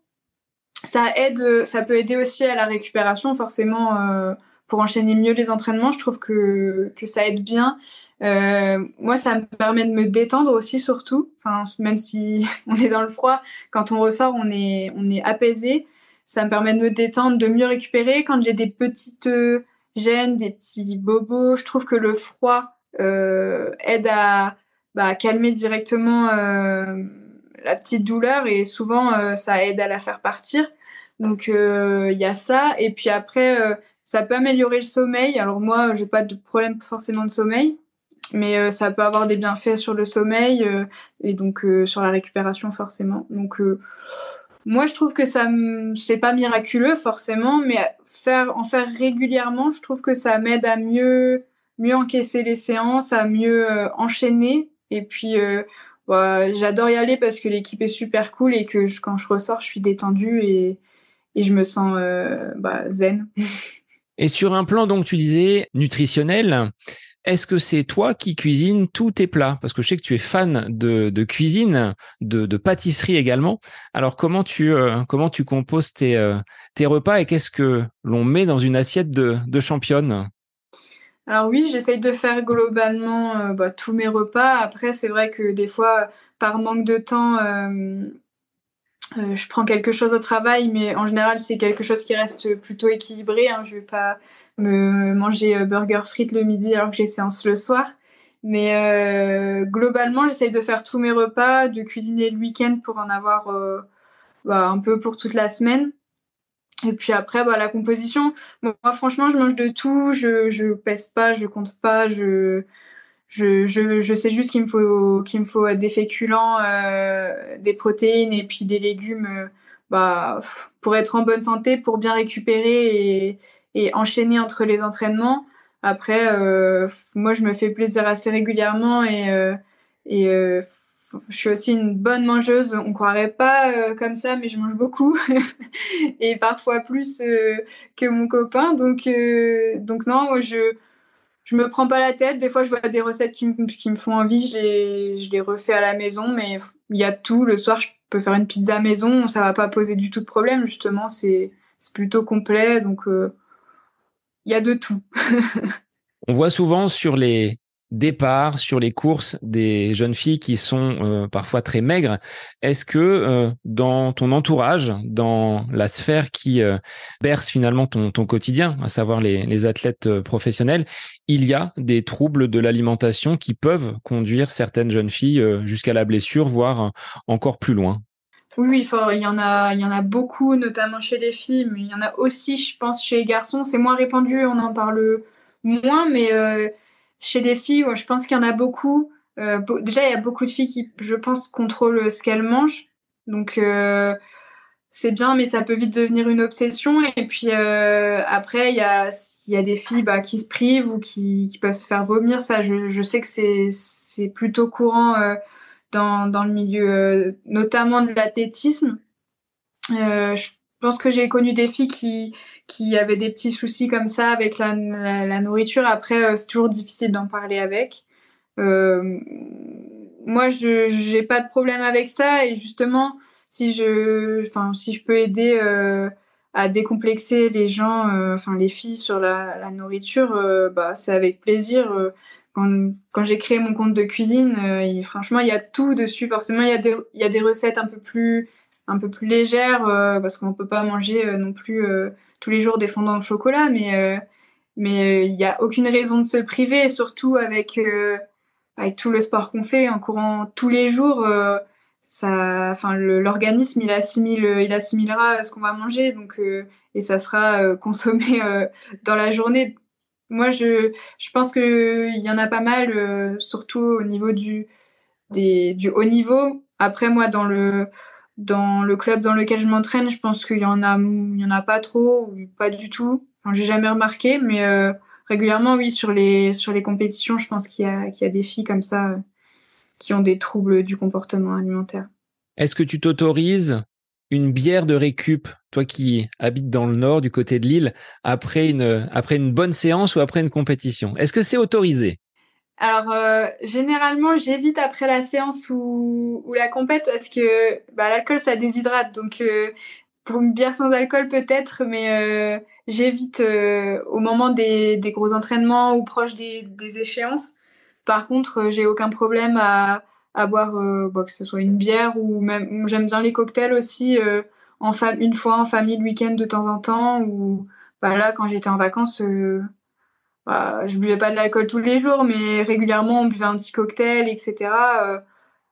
ça aide, ça peut aider aussi à la récupération, forcément, euh, pour enchaîner mieux les entraînements. Je trouve que, que ça aide bien. Euh, moi, ça me permet de me détendre aussi, surtout. Enfin, même si on est dans le froid, quand on ressort, on est, on est apaisé. Ça me permet de me détendre, de mieux récupérer. Quand j'ai des petites euh, gênes, des petits bobos, je trouve que le froid euh, aide à bah, calmer directement euh, la petite douleur et souvent euh, ça aide à la faire partir. Donc il euh, y a ça et puis après euh, ça peut améliorer le sommeil. Alors moi j'ai pas de problème forcément de sommeil mais euh, ça peut avoir des bienfaits sur le sommeil euh, et donc euh, sur la récupération forcément. Donc euh, moi je trouve que ça m- c'est pas miraculeux forcément, mais faire en faire régulièrement, je trouve que ça m'aide à mieux mieux encaisser les séances, à mieux euh, enchaîner. Et puis euh, ouais, j'adore y aller parce que l'équipe est super cool et que je- quand je ressors, je suis détendue et et je me sens euh, bah, zen. Et sur un plan, donc, tu disais nutritionnel, est-ce que c'est toi qui cuisines tous tes plats? Parce que je sais que tu es fan de, de cuisine, de, de pâtisserie également. Alors, comment tu, euh, comment tu composes tes, euh, tes repas et qu'est-ce que l'on met dans une assiette de, de championne? Alors oui, j'essaye de faire globalement euh, bah, tous mes repas. Après, c'est vrai que des fois, par manque de temps, euh, euh, je prends quelque chose au travail, mais en général, c'est quelque chose qui reste plutôt équilibré. Hein. Je vais pas me manger euh, burger frites le midi alors que j'ai séance le soir. Mais euh, globalement, j'essaye de faire tous mes repas, de cuisiner le week-end pour en avoir euh, bah, un peu pour toute la semaine. Et puis après, bah, la composition, bon, moi franchement, je mange de tout, je, je pèse pas, je compte pas, je, je, je, je sais juste qu'il me faut, qu'il me faut des féculents, euh, des protéines et puis des légumes, euh, bah, pour être en bonne santé, pour bien récupérer et, et enchaîner entre les entraînements. Après, euh, moi, je me fais plaisir assez régulièrement et, euh, et euh, je suis aussi une bonne mangeuse. On croirait pas euh, comme ça, mais je mange beaucoup et parfois plus euh, que mon copain. Donc, euh, donc non, moi, je je me prends pas la tête. Des fois, je vois des recettes qui me, qui me font envie, je les, je les refais à la maison, mais il y a tout. Le soir, je peux faire une pizza maison, ça va pas poser du tout de problème, justement, c'est, c'est plutôt complet, donc euh, il y a de tout. On voit souvent sur les départs, sur les courses, des jeunes filles qui sont euh, parfois très maigres. Est-ce que euh, dans ton entourage, dans la sphère qui euh, berce finalement ton, ton quotidien, à savoir les, les athlètes euh, professionnels, il y a des troubles de l'alimentation qui peuvent conduire certaines jeunes filles euh, jusqu'à la blessure, voire euh, encore plus loin? Oui, oui, fort, il y en a, il y en a beaucoup, notamment chez les filles, mais il y en a aussi, je pense, chez les garçons. C'est moins répandu, on en parle moins, mais euh, chez les filles, ouais, je pense qu'il y en a beaucoup. Euh, bo- déjà, il y a beaucoup de filles qui, je pense, contrôlent ce qu'elles mangent. Donc, euh, c'est bien, mais ça peut vite devenir une obsession. Et puis euh, après, il y a, il y a des filles bah, qui se privent ou qui, qui peuvent se faire vomir. Ça, je, je sais que c'est, c'est plutôt courant euh, dans, dans le milieu, euh, notamment de l'athlétisme. Euh, je pense que j'ai connu des filles qui, qui avaient des petits soucis comme ça avec la, la, la nourriture. Après, euh, c'est toujours difficile d'en parler avec. Euh, moi, je j'ai pas de problème avec ça et justement, si je, enfin, si je peux aider euh, à décomplexer les gens, euh, enfin les filles sur la, la nourriture, euh, bah c'est avec plaisir. euh, quand quand j'ai créé mon compte de cuisine, euh, et franchement, il y a tout dessus. Forcément, il y a des il y a des recettes un peu plus un peu plus légères euh, parce qu'on peut pas manger euh, non plus euh, tous les jours des fondants au chocolat, mais euh, mais il y a aucune raison de se priver, surtout avec euh, avec tout le sport qu'on fait en courant tous les jours, euh, ça, enfin, le- l'organisme il assimile, il assimilera ce qu'on va manger, donc euh, et ça sera euh, consommé euh, dans la journée. Moi, je, je pense que il y en a pas mal, euh, surtout au niveau du, des, du haut niveau. Après, moi, dans le, dans le club dans lequel je m'entraîne, je pense qu'il y en a, il y en a pas trop ou pas du tout. Enfin, j'ai jamais remarqué, mais euh, régulièrement, oui, sur les, sur les compétitions, je pense qu'il y a, qu'il y a des filles comme ça euh, qui ont des troubles du comportement alimentaire. Est-ce que tu t'autorises une bière de récup, toi qui habites dans le nord, du côté de Lille, après une, après une bonne séance ou après une compétition? Est-ce que c'est autorisé? Alors, euh, généralement, j'évite après la séance ou, ou la compète parce que bah, l'alcool, ça déshydrate. Donc, euh, pour une bière sans alcool, peut-être, mais euh, j'évite euh, au moment des, des gros entraînements ou proche des, des échéances. Par contre, euh, j'ai aucun problème à, à boire, euh, bah, que ce soit une bière ou même, j'aime bien les cocktails aussi, euh, en fa- une fois en famille le week-end de temps en temps. Ou bah, là, quand j'étais en vacances, euh, bah, je buvais pas de l'alcool tous les jours, mais régulièrement, on buvait un petit cocktail, et cetera. Euh,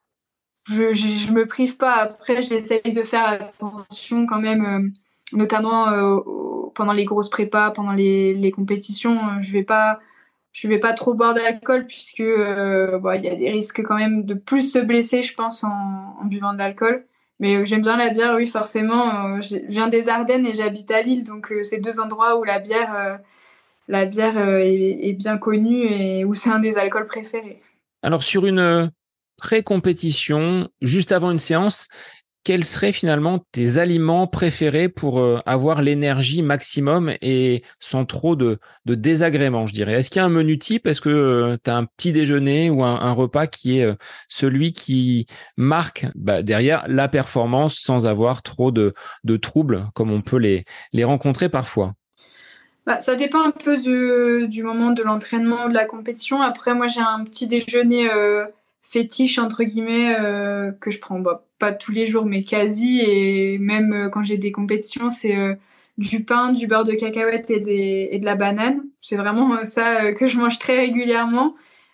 je, je, je me prive pas. Après, j'essaye de faire attention quand même, euh, notamment euh, au- pendant les grosses prépas, pendant les, les compétitions. Euh, Je vais pas je vais pas trop boire d'alcool puisque euh, bon, il y a des risques quand même de plus se blesser, je pense, en, en buvant de l'alcool. Mais euh, j'aime bien la bière, oui, forcément. Euh, je viens des Ardennes et j'habite à Lille, donc euh, c'est deux endroits où la bière, euh, la bière euh, est, est bien connue et où c'est un des alcools préférés. Alors sur une euh, pré-compétition, juste avant une séance, quels seraient finalement tes aliments préférés pour euh, avoir l'énergie maximum et sans trop de, de désagréments, je dirais? Est-ce qu'il y a un menu type? Est-ce que tu as un petit déjeuner ou un, un repas qui est euh, celui qui marque bah, derrière la performance sans avoir trop de, de troubles comme on peut les, les rencontrer parfois? Bah, ça dépend un peu du, du moment de l'entraînement, de la compétition. Après, moi, j'ai un petit déjeuner euh, fétiche, entre guillemets, euh, que je prends bah, pas tous les jours, mais quasi. Et même euh, quand j'ai des compétitions, c'est euh, du pain, du beurre de cacahuète et, des, et de la banane. C'est vraiment euh, ça euh, que je mange très régulièrement.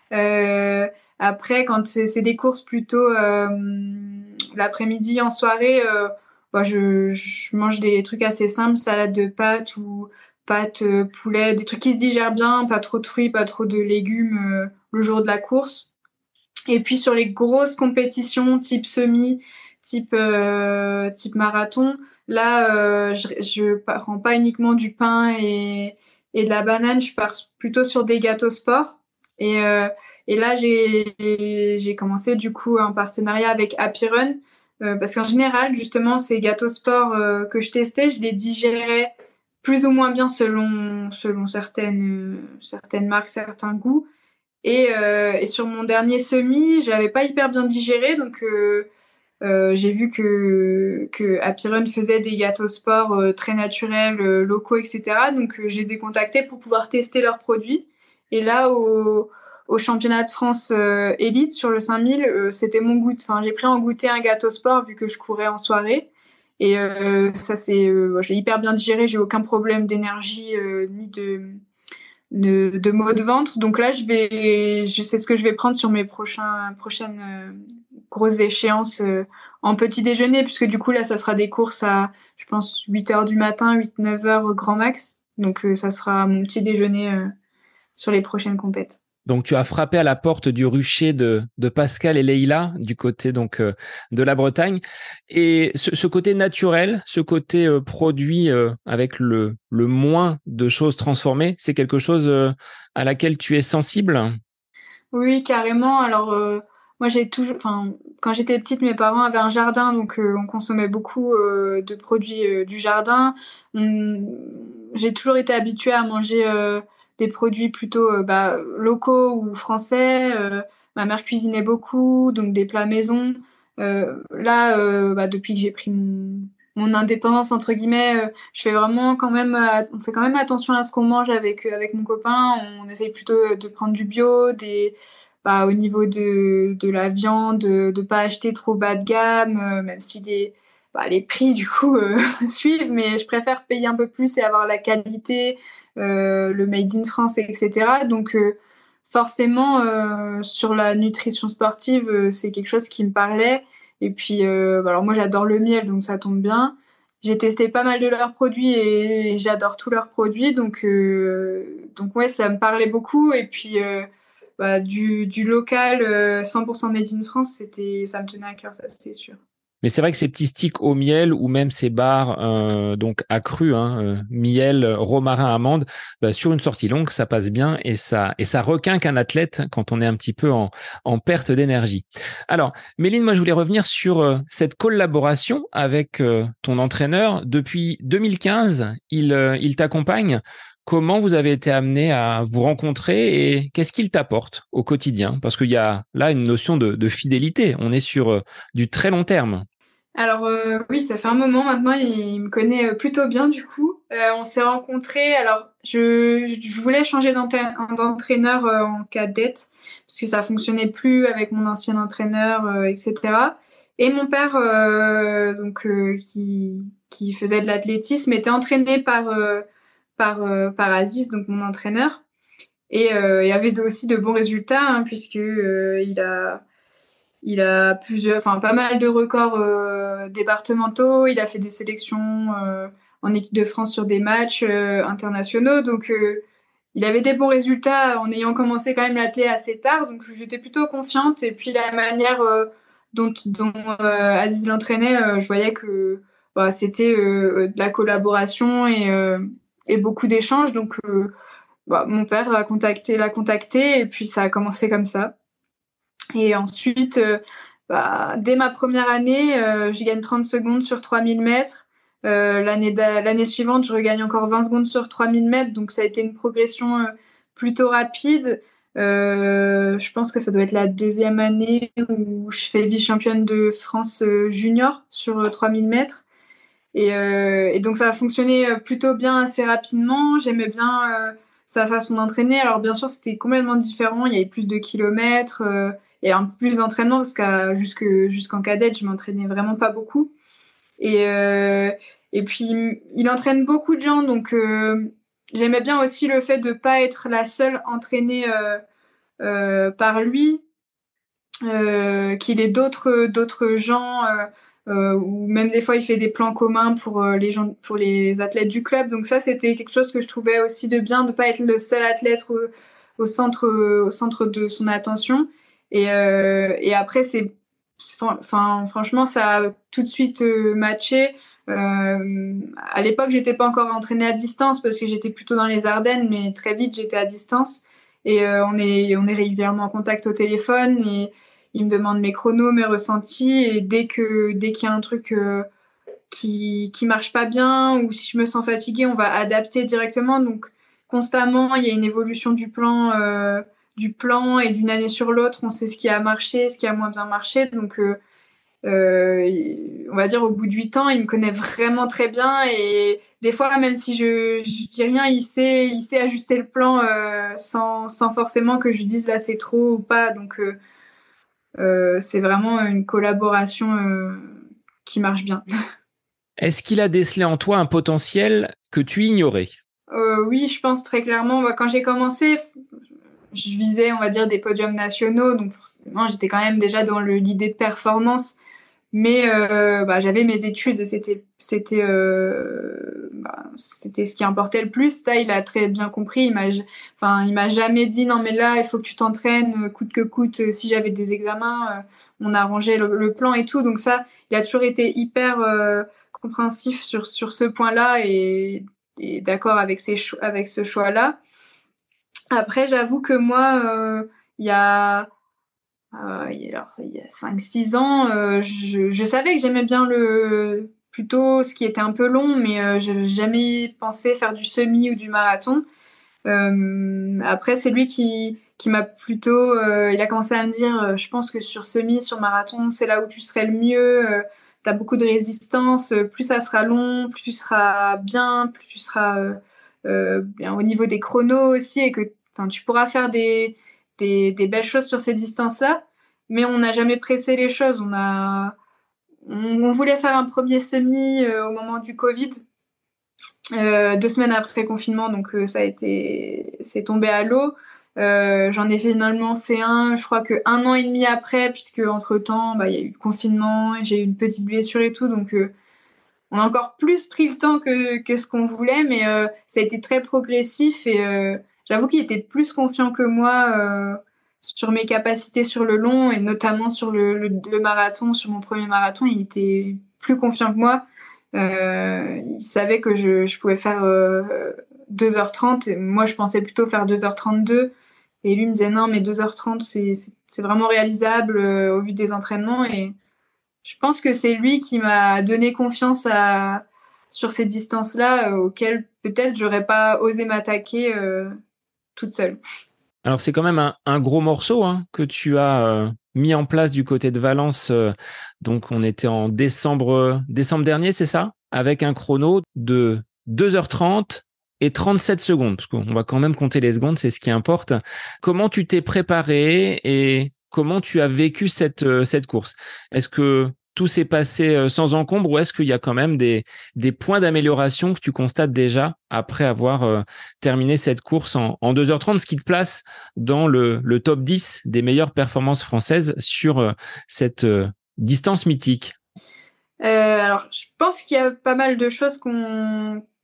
Euh, après, quand c'est, c'est des courses plutôt euh, l'après-midi, en soirée, euh, bah, je, je mange des trucs assez simples, salade de pâtes ou pâtes, euh, poulet, des trucs qui se digèrent bien, pas trop de fruits, pas trop de légumes euh, le jour de la course. Et puis sur les grosses compétitions type semi, type euh, type marathon, là euh, je je prends pas uniquement du pain et et de la banane, je pars plutôt sur des gâteaux sport. Et euh, et là j'ai j'ai commencé du coup un partenariat avec Happy Run euh, parce qu'en général justement ces gâteaux sport euh, que je testais, je les digérais plus ou moins bien selon selon certaines certaines marques, certains goûts. Et, euh, et sur mon dernier semi, je l'avais pas hyper bien digéré, donc euh, euh, j'ai vu que que Happy Run faisait des gâteaux sport euh, très naturels, euh, locaux, et cetera. Donc euh, je les ai contactés pour pouvoir tester leurs produits. Et là, au, au championnat de France euh, élite sur le cinq mille, euh, c'était mon goût. Enfin, j'ai pris en goûter un gâteau sport vu que je courais en soirée. Et euh, ça, c'est, euh, j'ai hyper bien digéré. J'ai aucun problème d'énergie euh, ni de de, de maux de ventre. Donc là, je vais, je sais ce que je vais prendre sur mes prochains, prochaines euh, grosses échéances euh, en petit déjeuner, puisque du coup, là, ça sera des courses à, je pense, huit heures du matin, huit neuf heures grand max. Donc euh, ça sera mon petit déjeuner euh, sur les prochaines compètes. Donc, tu as frappé à la porte du rucher de, de Pascal et Leïla, du côté donc euh, de la Bretagne. Et ce, ce côté naturel, ce côté euh, produit euh, avec le, le moins de choses transformées, c'est quelque chose euh, à laquelle tu es sensible? Oui, carrément. Alors, euh, moi, j'ai toujours, enfin, quand j'étais petite, mes parents avaient un jardin, donc euh, on consommait beaucoup euh, de produits euh, du jardin. On- J'ai toujours été habituée à manger euh, des produits plutôt euh, bah, locaux ou français. Euh, ma mère cuisinait beaucoup, donc des plats maison. Euh, là, euh, bah, depuis que j'ai pris mon, mon indépendance entre guillemets, euh, je fais vraiment quand même, euh, on fait quand même attention à ce qu'on mange avec euh, avec mon copain. On essaye plutôt de prendre du bio, des bah, au niveau de, de la viande, de ne pas acheter trop bas de gamme, euh, même si les, bah, les prix du coup euh, suivent, mais je préfère payer un peu plus et avoir la qualité, euh, le made in France, et cetera. Donc euh, forcément, euh, sur la nutrition sportive, euh, c'est quelque chose qui me parlait. Et puis, euh, bah, alors moi j'adore le miel, donc ça tombe bien. J'ai testé pas mal de leurs produits et, et j'adore tous leurs produits, donc euh, donc ouais, ça me parlait beaucoup. Et puis euh, bah, du, du local euh, cent pour cent made in France, c'était, ça me tenait à cœur, ça c'est sûr. Mais c'est vrai que ces petits sticks au miel ou même ces bars euh, donc accrus, hein, euh, miel, romarin, amande, bah, sur une sortie longue, ça passe bien et ça et ça requinque un athlète quand on est un petit peu en, en perte d'énergie. Alors, Méline, moi je voulais revenir sur euh, cette collaboration avec euh, ton entraîneur. Depuis deux mille quinze, il, euh, il t'accompagne. Comment vous avez été amené à vous rencontrer et qu'est-ce qu'il t'apporte au quotidien? Parce qu'il y a là une notion de, de fidélité. On est sur euh, du très long terme. Alors euh, oui, ça fait un moment maintenant, il me connaît euh, plutôt bien du coup. Euh, on s'est rencontrés, alors je, je voulais changer d'entra- d'entraîneur euh, en cadette, parce que ça fonctionnait plus avec mon ancien entraîneur, euh, et cetera. Et mon père, euh, donc euh, qui, qui faisait de l'athlétisme, était entraîné par, euh, par, euh, par Aziz, donc mon entraîneur. Et euh, il avait de- aussi de bons résultats, hein, puisque euh, il a il a plusieurs, enfin pas mal de records euh, départementaux. Il a fait des sélections euh, en équipe de France sur des matchs euh, internationaux. Donc euh, il avait des bons résultats en ayant commencé quand même l'athlé assez tard, donc j'étais plutôt confiante. Et puis la manière euh, dont, dont euh, Aziz l'entraînait, euh, je voyais que bah, c'était euh, de la collaboration et, euh, et beaucoup d'échanges. Donc euh, bah, mon père a contacté, l'a contacté et puis ça a commencé comme ça. Et ensuite, euh, bah, dès ma première année, euh, je gagne trente secondes sur trois mille mètres. Euh, l'année, l'année suivante, je regagne encore vingt secondes sur trois mille mètres. Donc ça a été une progression euh, plutôt rapide. Euh, je pense que ça doit être la deuxième année où je fais vice-championne de France euh, junior sur euh, trois mille mètres. Et, euh, et donc ça a fonctionné plutôt bien assez rapidement. J'aimais bien euh, sa façon d'entraîner. Alors bien sûr, c'était complètement différent. Il y avait plus de kilomètres euh, et un peu plus d'entraînement parce qu'à jusque, jusqu'en cadette, je m'entraînais vraiment pas beaucoup. Et, euh, et puis, il entraîne beaucoup de gens. Donc euh, j'aimais bien aussi le fait de pas être la seule entraînée euh, euh, par lui. Euh, qu'il ait d'autres d'autres gens euh, euh, ou même des fois il fait des plans communs pour euh, les gens pour les athlètes du club. Donc ça c'était quelque chose que je trouvais aussi de bien, de pas être le seul athlète au, au centre au centre de son attention. Et euh, et après c'est enfin franchement ça a tout de suite euh, matché. Euh, à l'époque j'étais pas encore entraînée à distance parce que j'étais plutôt dans les Ardennes, mais très vite j'étais à distance. Et euh, on est on est régulièrement en contact au téléphone et il me demande mes chronos, mes ressentis, et dès que dès qu'il y a un truc euh, qui qui marche pas bien ou si je me sens fatiguée, on va adapter directement. Donc constamment, il y a une évolution du plan euh, du plan et d'une année sur l'autre, on sait ce qui a marché, ce qui a moins bien marché. Donc euh, euh, on va dire au bout de huit ans, il me connaît vraiment très bien et des fois, même si je, je dis rien, il sait, il sait ajuster le plan euh, sans, sans forcément que je dise là c'est trop ou pas. Donc euh, euh, c'est vraiment une collaboration euh, qui marche bien. Est-ce qu'il a décelé en toi un potentiel que tu ignorais? Euh, oui, je pense très clairement. Bah, quand j'ai commencé, je visais, on va dire, des podiums nationaux, donc forcément, j'étais quand même déjà dans le, l'idée de performance. Mais euh, bah, j'avais mes études, c'était c'était euh, bah, c'était ce qui importait le plus. Ça, il a très bien compris. Il m'a, enfin, il m'a jamais dit non mais là, il faut que tu t'entraînes coûte que coûte. Si j'avais des examens, euh, on arrangeait le, le plan et tout. Donc ça, il a toujours été hyper euh, compréhensif sur sur ce point-là et, et d'accord avec ces cho- avec ce choix-là. Après, j'avoue que moi, euh, il y a euh, il y a, alors, il y a cinq six ans, euh, je, je savais que j'aimais bien le plutôt ce qui était un peu long, mais euh, je n'avais jamais pensé faire du semi ou du marathon. Euh, après, c'est lui qui, qui m'a plutôt... Euh, il a commencé à me dire, euh, je pense que sur semi, sur marathon, c'est là où tu serais le mieux. Euh, tu as beaucoup de résistance. euh, Plus ça sera long, plus tu seras bien, plus tu seras euh, euh, bien au niveau des chronos aussi, et que tu pourras faire des, des, des belles choses sur ces distances-là. Mais on n'a jamais pressé les choses. On a... On, on voulait faire un premier semi euh, au moment du Covid, euh, deux semaines après le confinement, donc euh, ça a été, c'est tombé à l'eau. Euh, j'en ai finalement fait un, je crois que un an et demi après, puisque entre temps, bah, il y a eu le confinement, j'ai eu une petite blessure et tout, donc euh, on a encore plus pris le temps que, que ce qu'on voulait, mais euh, ça a été très progressif et euh, j'avoue qu'il était plus confiant que moi euh, sur mes capacités sur le long et notamment sur le, le, le marathon, sur mon premier marathon, il était plus confiant que moi. Euh, il savait que je, je pouvais faire euh, deux heures trente. Et moi, je pensais plutôt faire deux heures trente-deux. Et lui me disait non, mais deux heures trente, c'est, c'est, c'est vraiment réalisable euh, au vu des entraînements. Et je pense que c'est lui qui m'a donné confiance à, sur ces distances-là euh, auxquelles peut-être j'aurais pas osé m'attaquer euh, toute seule. Alors c'est quand même un, un gros morceau hein, que tu as euh, mis en place du côté de Valence. euh, donc on était en décembre, décembre dernier, c'est ça? Avec un chrono de deux heures trente et trente-sept secondes, parce qu'on va quand même compter les secondes, c'est ce qui importe. Comment tu t'es préparé et comment tu as vécu cette, euh, cette course? Est-ce que tout s'est passé euh, sans encombre ou est-ce qu'il y a quand même des, des points d'amélioration que tu constates déjà après avoir euh, terminé cette course en, en deux heures trente, ce qui te place dans le, le top dix des meilleures performances françaises sur euh, cette euh, distance mythique? Euh, alors, je pense qu'il y a pas mal de choses qu'on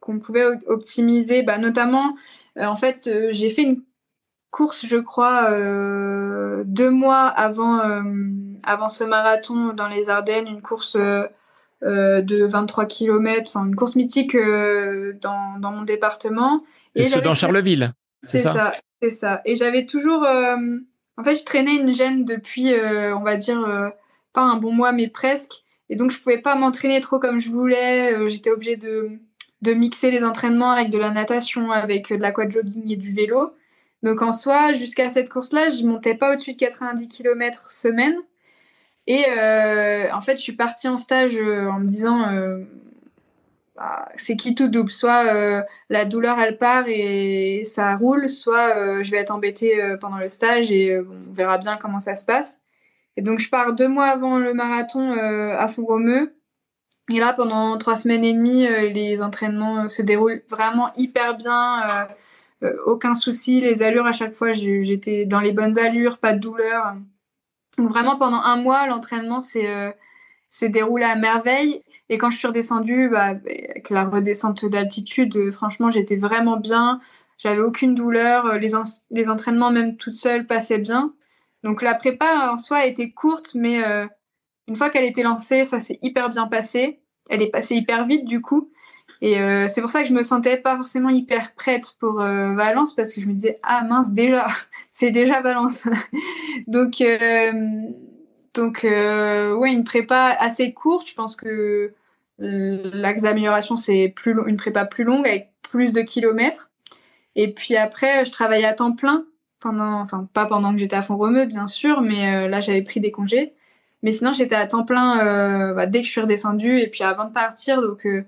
qu'on pouvait optimiser, bah, notamment, euh, en fait, euh, j'ai fait une course, je crois, euh, deux mois avant, euh, avant ce marathon dans les Ardennes, une course euh, euh, de vingt-trois kilomètres, enfin une course mythique euh, dans, dans mon département. C'est Et ceux j'avais dans Charleville, c'est c'est ça? ça, c'est ça. Et j'avais toujours, euh, en fait, je traînais une gêne depuis, euh, on va dire, euh, pas un bon mois, mais presque. Et donc, je pouvais pas m'entraîner trop comme je voulais. Euh, j'étais obligée de, de mixer les entraînements avec de la natation, avec euh, de l'aquajogging et du vélo. Donc, en soi, jusqu'à cette course-là, je montais pas au-dessus de quatre-vingt-dix kilomètres semaine. Et euh, en fait, je suis partie en stage euh, en me disant, euh, bah, c'est qui tout double. Soit euh, la douleur elle part et ça roule, soit euh, je vais être embêtée euh, pendant le stage et euh, bon, on verra bien comment ça se passe. Et donc je pars deux mois avant le marathon euh, à Font-Romeu. Et là, pendant trois semaines et demie, euh, les entraînements euh, se déroulent vraiment hyper bien. Euh, euh, aucun souci. Les allures, à chaque fois, j'étais dans les bonnes allures, pas de douleur. Donc vraiment, pendant un mois, l'entraînement, c'est... Euh, s'est déroulé à merveille. Et quand je suis redescendue, bah, avec la redescente d'altitude, euh, franchement, j'étais vraiment bien. J'avais aucune douleur. Euh, Les, en- les entraînements, même toute seule, passaient bien. Donc la prépa en soi a été courte, mais euh, une fois qu'elle était lancée, ça s'est hyper bien passé. Elle est passée hyper vite du coup. Et euh, c'est pour ça que je me sentais pas forcément hyper prête pour euh, Valence parce que je me disais ah mince déjà c'est déjà Valence. donc euh, donc euh, ouais une prépa assez courte. Je pense que l'axe d'amélioration c'est plus long- une prépa plus longue avec plus de kilomètres. Et puis après je travaillais à temps plein pendant enfin pas pendant que j'étais à Font-Romeu bien sûr, mais euh, là j'avais pris des congés. Mais sinon j'étais à temps plein euh, bah, dès que je suis redescendue et puis avant de partir donc euh,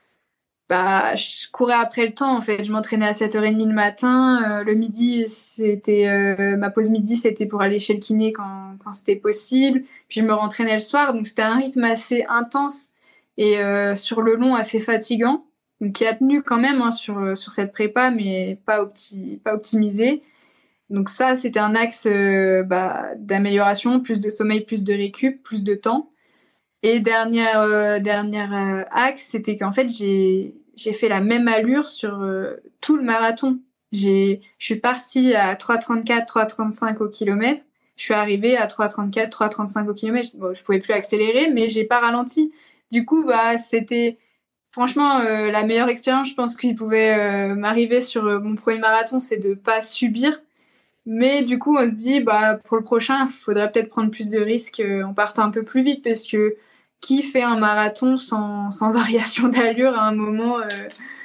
bah, je courais après le temps en fait. Je m'entraînais à sept heures trente le matin. Euh, le midi, c'était euh, ma pause midi, c'était pour aller chez le kiné quand, quand c'était possible. Puis je me rentraînais le soir, donc c'était un rythme assez intense et euh, sur le long assez fatigant. Donc qui a tenu quand même hein, sur sur cette prépa, mais pas opti pas optimisé. Donc ça, c'était un axe euh, bah, d'amélioration, plus de sommeil, plus de récup, plus de temps. Et dernière, euh, dernière euh, axe, c'était qu'en fait, j'ai, j'ai fait la même allure sur euh, tout le marathon. J'ai, je suis partie à trois trente-quatre, trois trente-cinq au kilomètre. Je suis arrivée à trois trente-quatre, trois trente-cinq au kilomètre. Bon, je pouvais plus accélérer, mais j'ai pas ralenti. Du coup, bah, c'était franchement euh, la meilleure expérience, je pense, qu'il pouvait euh, m'arriver sur euh, mon premier marathon, c'est de pas subir. Mais du coup, on se dit, bah, pour le prochain, il faudrait peut-être prendre plus de risques euh, en partant un peu plus vite parce que qui fait un marathon sans, sans variation d'allure à un moment euh,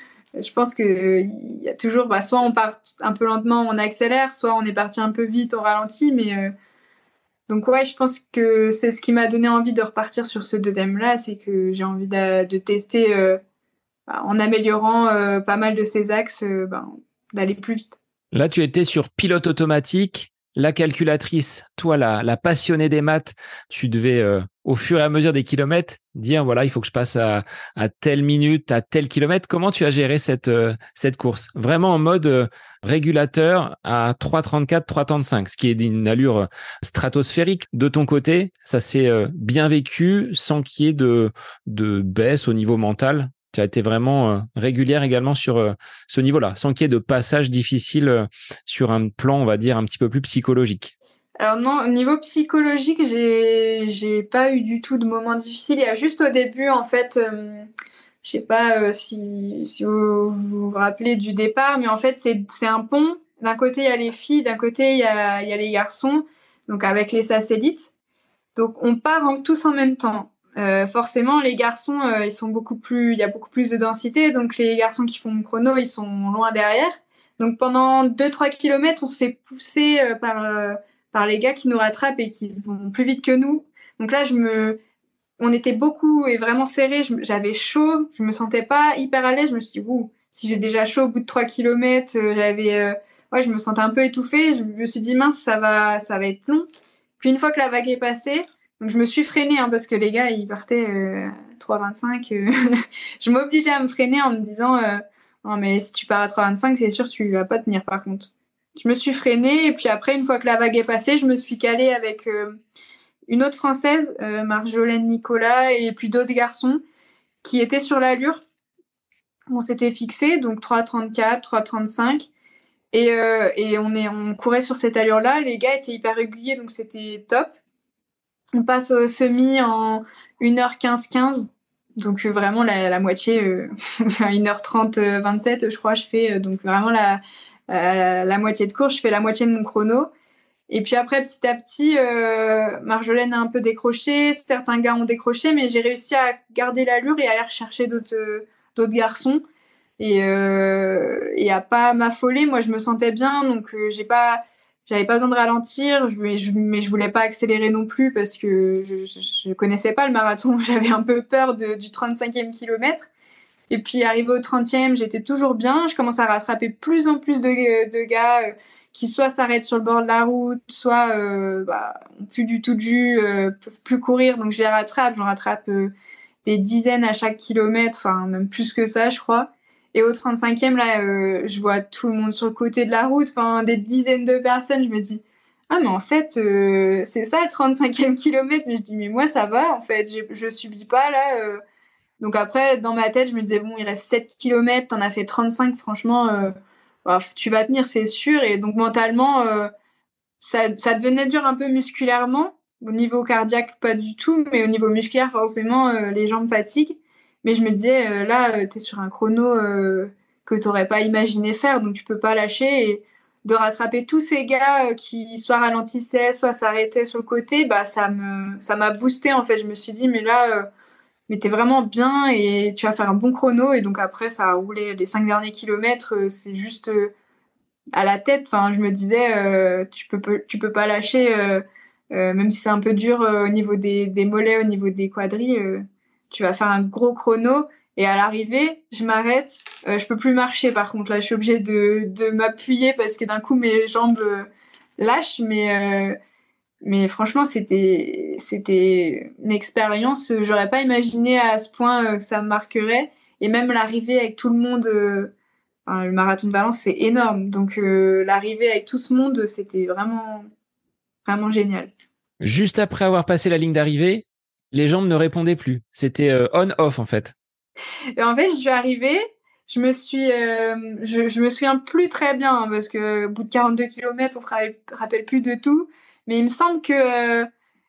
je pense que euh, il y a toujours, bah, soit on part un peu lentement, on accélère, soit on est parti un peu vite, on ralentit. Mais euh, donc ouais, je pense que c'est ce qui m'a donné envie de repartir sur ce deuxième-là, c'est que j'ai envie de, de tester euh, bah, en améliorant euh, pas mal de ces axes, euh, bah, d'aller plus vite. Là, tu étais sur pilote automatique, la calculatrice, toi, la, la passionnée des maths, tu devais, euh, au fur et à mesure des kilomètres, dire, voilà, il faut que je passe à, à telle minute, à tel kilomètre. Comment tu as géré cette, euh, cette course? Vraiment en mode euh, régulateur à trois trente-quatre, trois trente-cinq, ce qui est d'une allure stratosphérique. De ton côté, ça s'est euh, bien vécu sans qu'il y ait de, de baisse au niveau mental. Tu as été vraiment euh, régulière également sur euh, ce niveau-là, sans qu'il y ait de passage difficile euh, sur un plan, on va dire, un petit peu plus psychologique. Alors non, au niveau psychologique, j'ai j'ai pas eu du tout de moments difficiles. Il y a juste au début, en fait, euh, je sais pas euh, si si vous, vous vous rappelez du départ, mais en fait c'est c'est un pont. D'un côté il y a les filles, d'un côté il y a il y a les garçons, donc avec les satellites. Donc on part en, tous en même temps. Euh, forcément, les garçons, euh, ils sont beaucoup plus, il y a beaucoup plus de densité, donc les garçons qui font le chrono, ils sont loin derrière. Donc pendant deux trois kilomètres, on se fait pousser euh, par euh, par les gars qui nous rattrapent et qui vont plus vite que nous. Donc là, je me, on était beaucoup et vraiment serrés. J'avais chaud, je me sentais pas hyper à l'aise. Je me suis dit, ouh, si j'ai déjà chaud au bout de trois kilomètres, euh, j'avais, euh, ouais, je me sentais un peu étouffée. Je me suis dit mince, ça va, ça va être long. Puis une fois que la vague est passée, donc je me suis freinée hein, parce que les gars ils partaient euh, trois vingt-cinq. Euh, je m'obligeais à me freiner en me disant euh, non mais si tu pars à trois vingt-cinq c'est sûr tu vas pas tenir par contre. Je me suis freinée et puis après une fois que la vague est passée, je me suis calée avec euh, une autre française, euh, Marjolaine Nicolas et puis d'autres garçons qui étaient sur l'allure. on s'était fixé, donc trois trente-quatre, trois trente-cinq. Et, euh, et on, est, on courait sur cette allure-là. Les gars étaient hyper réguliers, donc c'était top. On passe au semi en une heure quinze quinze. Donc euh, vraiment la, la moitié, euh, une heure trente vingt-sept, je crois, je fais. Euh, donc vraiment la, euh, la moitié de course, je fais la moitié de mon chrono. Et puis après, petit à petit, euh, Marjolaine a un peu décroché, certains gars ont décroché, mais j'ai réussi à garder l'allure et à aller rechercher d'autres, euh, d'autres garçons et, euh, et à pas m'affoler. Moi, je me sentais bien, donc euh, j'ai pas, j'avais pas besoin de ralentir, je, mais, je, mais je voulais pas accélérer non plus parce que je, je, je connaissais pas le marathon, j'avais un peu peur de, du trente-cinquième kilomètre. Et puis arrivé au trentième, j'étais toujours bien. Je commence à rattraper plus en plus de, de gars euh, qui soit s'arrêtent sur le bord de la route, soit euh, bah, ont plus du tout de jus, euh, peuvent plus courir. Donc je les rattrape. J'en rattrape euh, des dizaines à chaque kilomètre, enfin même plus que ça, je crois. Et au trente-cinquième, là, euh, je vois tout le monde sur le côté de la route, enfin des dizaines de personnes. Je me dis, ah mais en fait, euh, c'est ça le trente-cinquième kilomètre. Mais je dis, mais moi ça va, en fait, je, je subis pas là. Euh, donc après, dans ma tête, je me disais, bon, il reste sept kilomètres, t'en as fait trente-cinq, franchement, euh, bah, tu vas tenir, c'est sûr. Et donc mentalement, euh, ça, ça devenait dur un peu musculairement. Au niveau cardiaque, pas du tout, mais au niveau musculaire, forcément, euh, les jambes fatiguent. Mais je me disais, euh, là, euh, t'es sur un chrono euh, que t'aurais pas imaginé faire, donc tu peux pas lâcher. Et de rattraper tous ces gars euh, qui soit ralentissaient, soit s'arrêtaient sur le côté, bah ça me, ça m'a boosté en fait. Je me suis dit, mais là... Euh, mais t'es vraiment bien et tu vas faire un bon chrono. Et donc après, ça a roulé les cinq derniers kilomètres. Euh, c'est juste euh, à la tête. Enfin, je me disais, euh, tu peux, tu peux pas lâcher, euh, euh, même si c'est un peu dur euh, au niveau des, des mollets, au niveau des quadris. Euh, tu vas faire un gros chrono. Et à l'arrivée, je m'arrête. Euh, je peux plus marcher. Par contre, là, je suis obligée de, de m'appuyer parce que d'un coup, mes jambes euh, lâchent. Mais euh, mais franchement, c'était, c'était une expérience, euh, j'aurais pas imaginé à ce point euh, que ça me marquerait. Et même l'arrivée avec tout le monde, euh, enfin, le marathon de Valence, c'est énorme. Donc, euh, l'arrivée avec tout ce monde, c'était vraiment, vraiment génial. Juste après avoir passé la ligne d'arrivée, les jambes ne répondaient plus. C'était euh, on-off en fait. Et en fait, je suis arrivée, je me suis, euh, je, je me souviens plus très bien, hein, parce que au bout de quarante-deux kilomètres, on se rappelle plus de tout. Mais il me semble que, euh,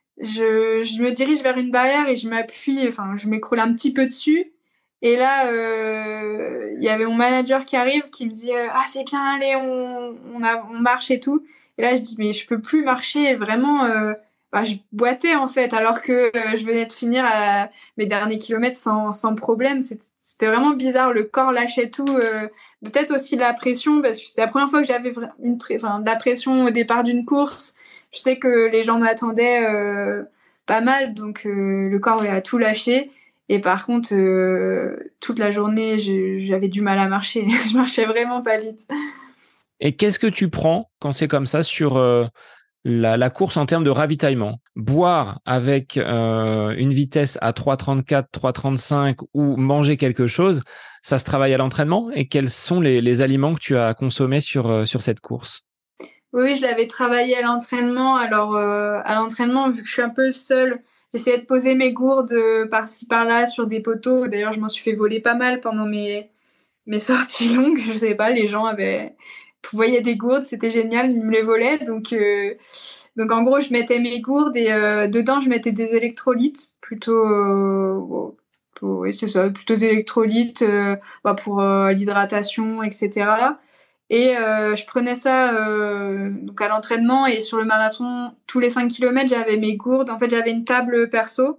je, je me dirige vers une barrière et je m'appuie, enfin, je m'écroule un petit peu dessus. Et là, euh, il y avait mon manager qui arrive, qui me dit euh, ah c'est bien, allez, on, on, a, on marche et tout. Et là, je dis mais je peux plus marcher, vraiment. Euh, bah, je boitais en fait, alors que euh, je venais de finir à mes derniers kilomètres sans, sans problème. C'était c'était vraiment bizarre, le corps lâchait tout. Euh, peut-être aussi la pression, parce que c'était la première fois que j'avais une pré- enfin, de la pression au départ d'une course. Je sais que les gens m'attendaient euh, pas mal, donc euh, le corps a tout lâché. Et par contre, euh, toute la journée, je- j'avais du mal à marcher. Je marchais vraiment pas vite. Et qu'est-ce que tu prends quand c'est comme ça sur euh, la, la course en termes de ravitaillement? Boire avec euh, une vitesse à trois trente-quatre, trois trente-cinq ou manger quelque chose, ça se travaille à l'entraînement? Et quels sont les, les aliments que tu as consommés sur, euh, sur cette course? Oui, oui, je l'avais travaillé à l'entraînement. Alors, euh, à l'entraînement, vu que je suis un peu seule, j'essayais de poser mes gourdes euh, par-ci par-là sur des poteaux. D'ailleurs, je m'en suis fait voler pas mal pendant mes, mes sorties longues. Je sais pas, les gens avaient voyaient des gourdes, c'était génial, ils me les volaient. Donc, euh, donc en gros, je mettais mes gourdes et euh, dedans, je mettais des électrolytes, plutôt, euh, bon, plutôt- oui, c'est ça, plutôt des électrolytes euh, bah, pour euh, l'hydratation, et cetera. Et euh, je prenais ça euh, donc à l'entraînement et sur le marathon, tous les cinq kilomètres, j'avais mes gourdes. En fait, j'avais une table perso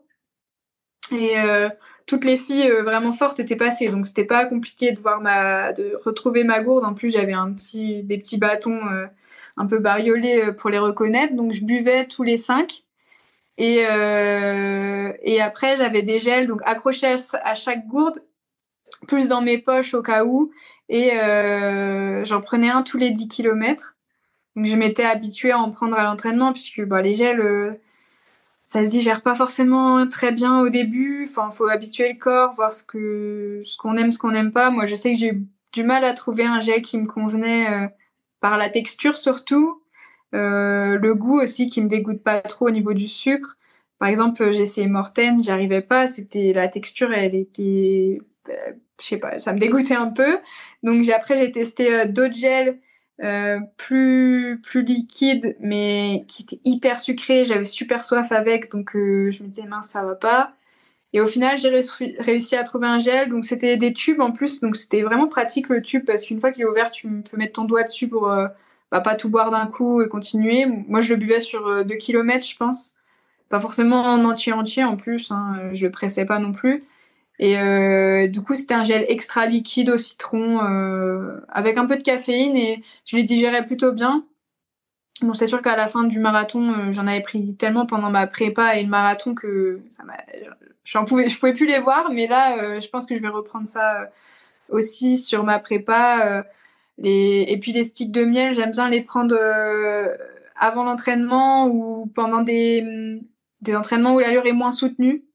et euh, toutes les filles euh, vraiment fortes étaient passées. Donc, c'était pas compliqué de voir ma, de retrouver ma gourde. En plus, j'avais un petit, des petits bâtons euh, un peu bariolés euh, pour les reconnaître. Donc, je buvais tous les cinq. Et, euh, et après, j'avais des gels donc accrochés à, à chaque gourde plus dans mes poches au cas où. Et euh, j'en prenais un tous les dix kilomètres. Donc je m'étais habituée à en prendre à l'entraînement, puisque bah, les gels, euh, ça se digère pas forcément très bien au début. Enfin, faut habituer le corps, voir ce que ce qu'on aime, ce qu'on n'aime pas. Moi, je sais que j'ai eu du mal à trouver un gel qui me convenait euh, par la texture surtout. Euh, le goût aussi qui me dégoûte pas trop au niveau du sucre. Par exemple, j'ai essayé Morten, j'y arrivais pas. C'était la texture, elle était euh, je sais pas, ça me dégoûtait un peu. Donc j'ai, après j'ai testé euh, d'autres gels euh, plus plus liquides, mais qui étaient hyper sucrés. J'avais super soif avec, donc euh, je me disais mince, ça va pas. Et au final, j'ai réussi, réussi à trouver un gel. Donc c'était des tubes en plus, donc c'était vraiment pratique le tube parce qu'une fois qu'il est ouvert, tu peux mettre ton doigt dessus pour euh, bah, pas tout boire d'un coup et continuer. Moi, je le buvais sur euh, deux kilomètres, je pense. Pas forcément en entier entier en plus, hein, je le pressais pas non plus. Et euh, du coup, c'était un gel extra liquide au citron euh, avec un peu de caféine et je les digérais plutôt bien. Bon, c'est sûr qu'à la fin du marathon, euh, j'en avais pris tellement pendant ma prépa et le marathon que ça m'a, j'en pouvais, je pouvais plus les voir. Mais là, euh, je pense que je vais reprendre ça euh, aussi sur ma prépa. Euh, les... Et puis les sticks de miel, j'aime bien les prendre euh, avant l'entraînement ou pendant des, des entraînements où l'allure est moins soutenue.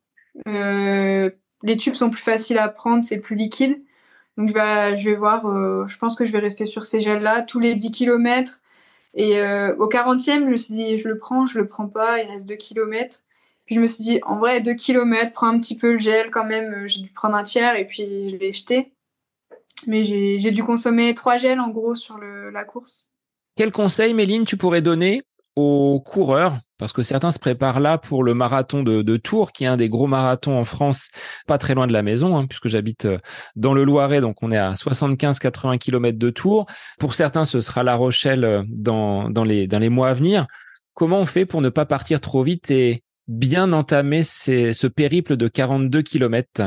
Euh, les tubes sont plus faciles à prendre, c'est plus liquide. Donc je vais, je vais voir, euh, je pense que je vais rester sur ces gels-là tous les dix kilomètres. Et euh, au quarantième, je me suis dit, je le prends, je le prends pas, il reste deux kilomètres. Puis je me suis dit, en vrai, deux kilomètres, prends un petit peu le gel quand même. J'ai dû prendre un tiers et puis je l'ai jeté. Mais j'ai, j'ai dû consommer trois gels en gros sur le, la course. Quel conseil, Méline, tu pourrais donner aux coureurs, parce que certains se préparent là pour le marathon de, de Tours, qui est un des gros marathons en France, pas très loin de la maison, hein, puisque j'habite dans le Loiret, donc on est à soixante-quinze à quatre-vingts kilomètres de Tours. Pour certains, ce sera La Rochelle dans, dans, les, dans les mois à venir. Comment on fait pour ne pas partir trop vite et bien entamer ces, ce périple de quarante-deux kilomètres?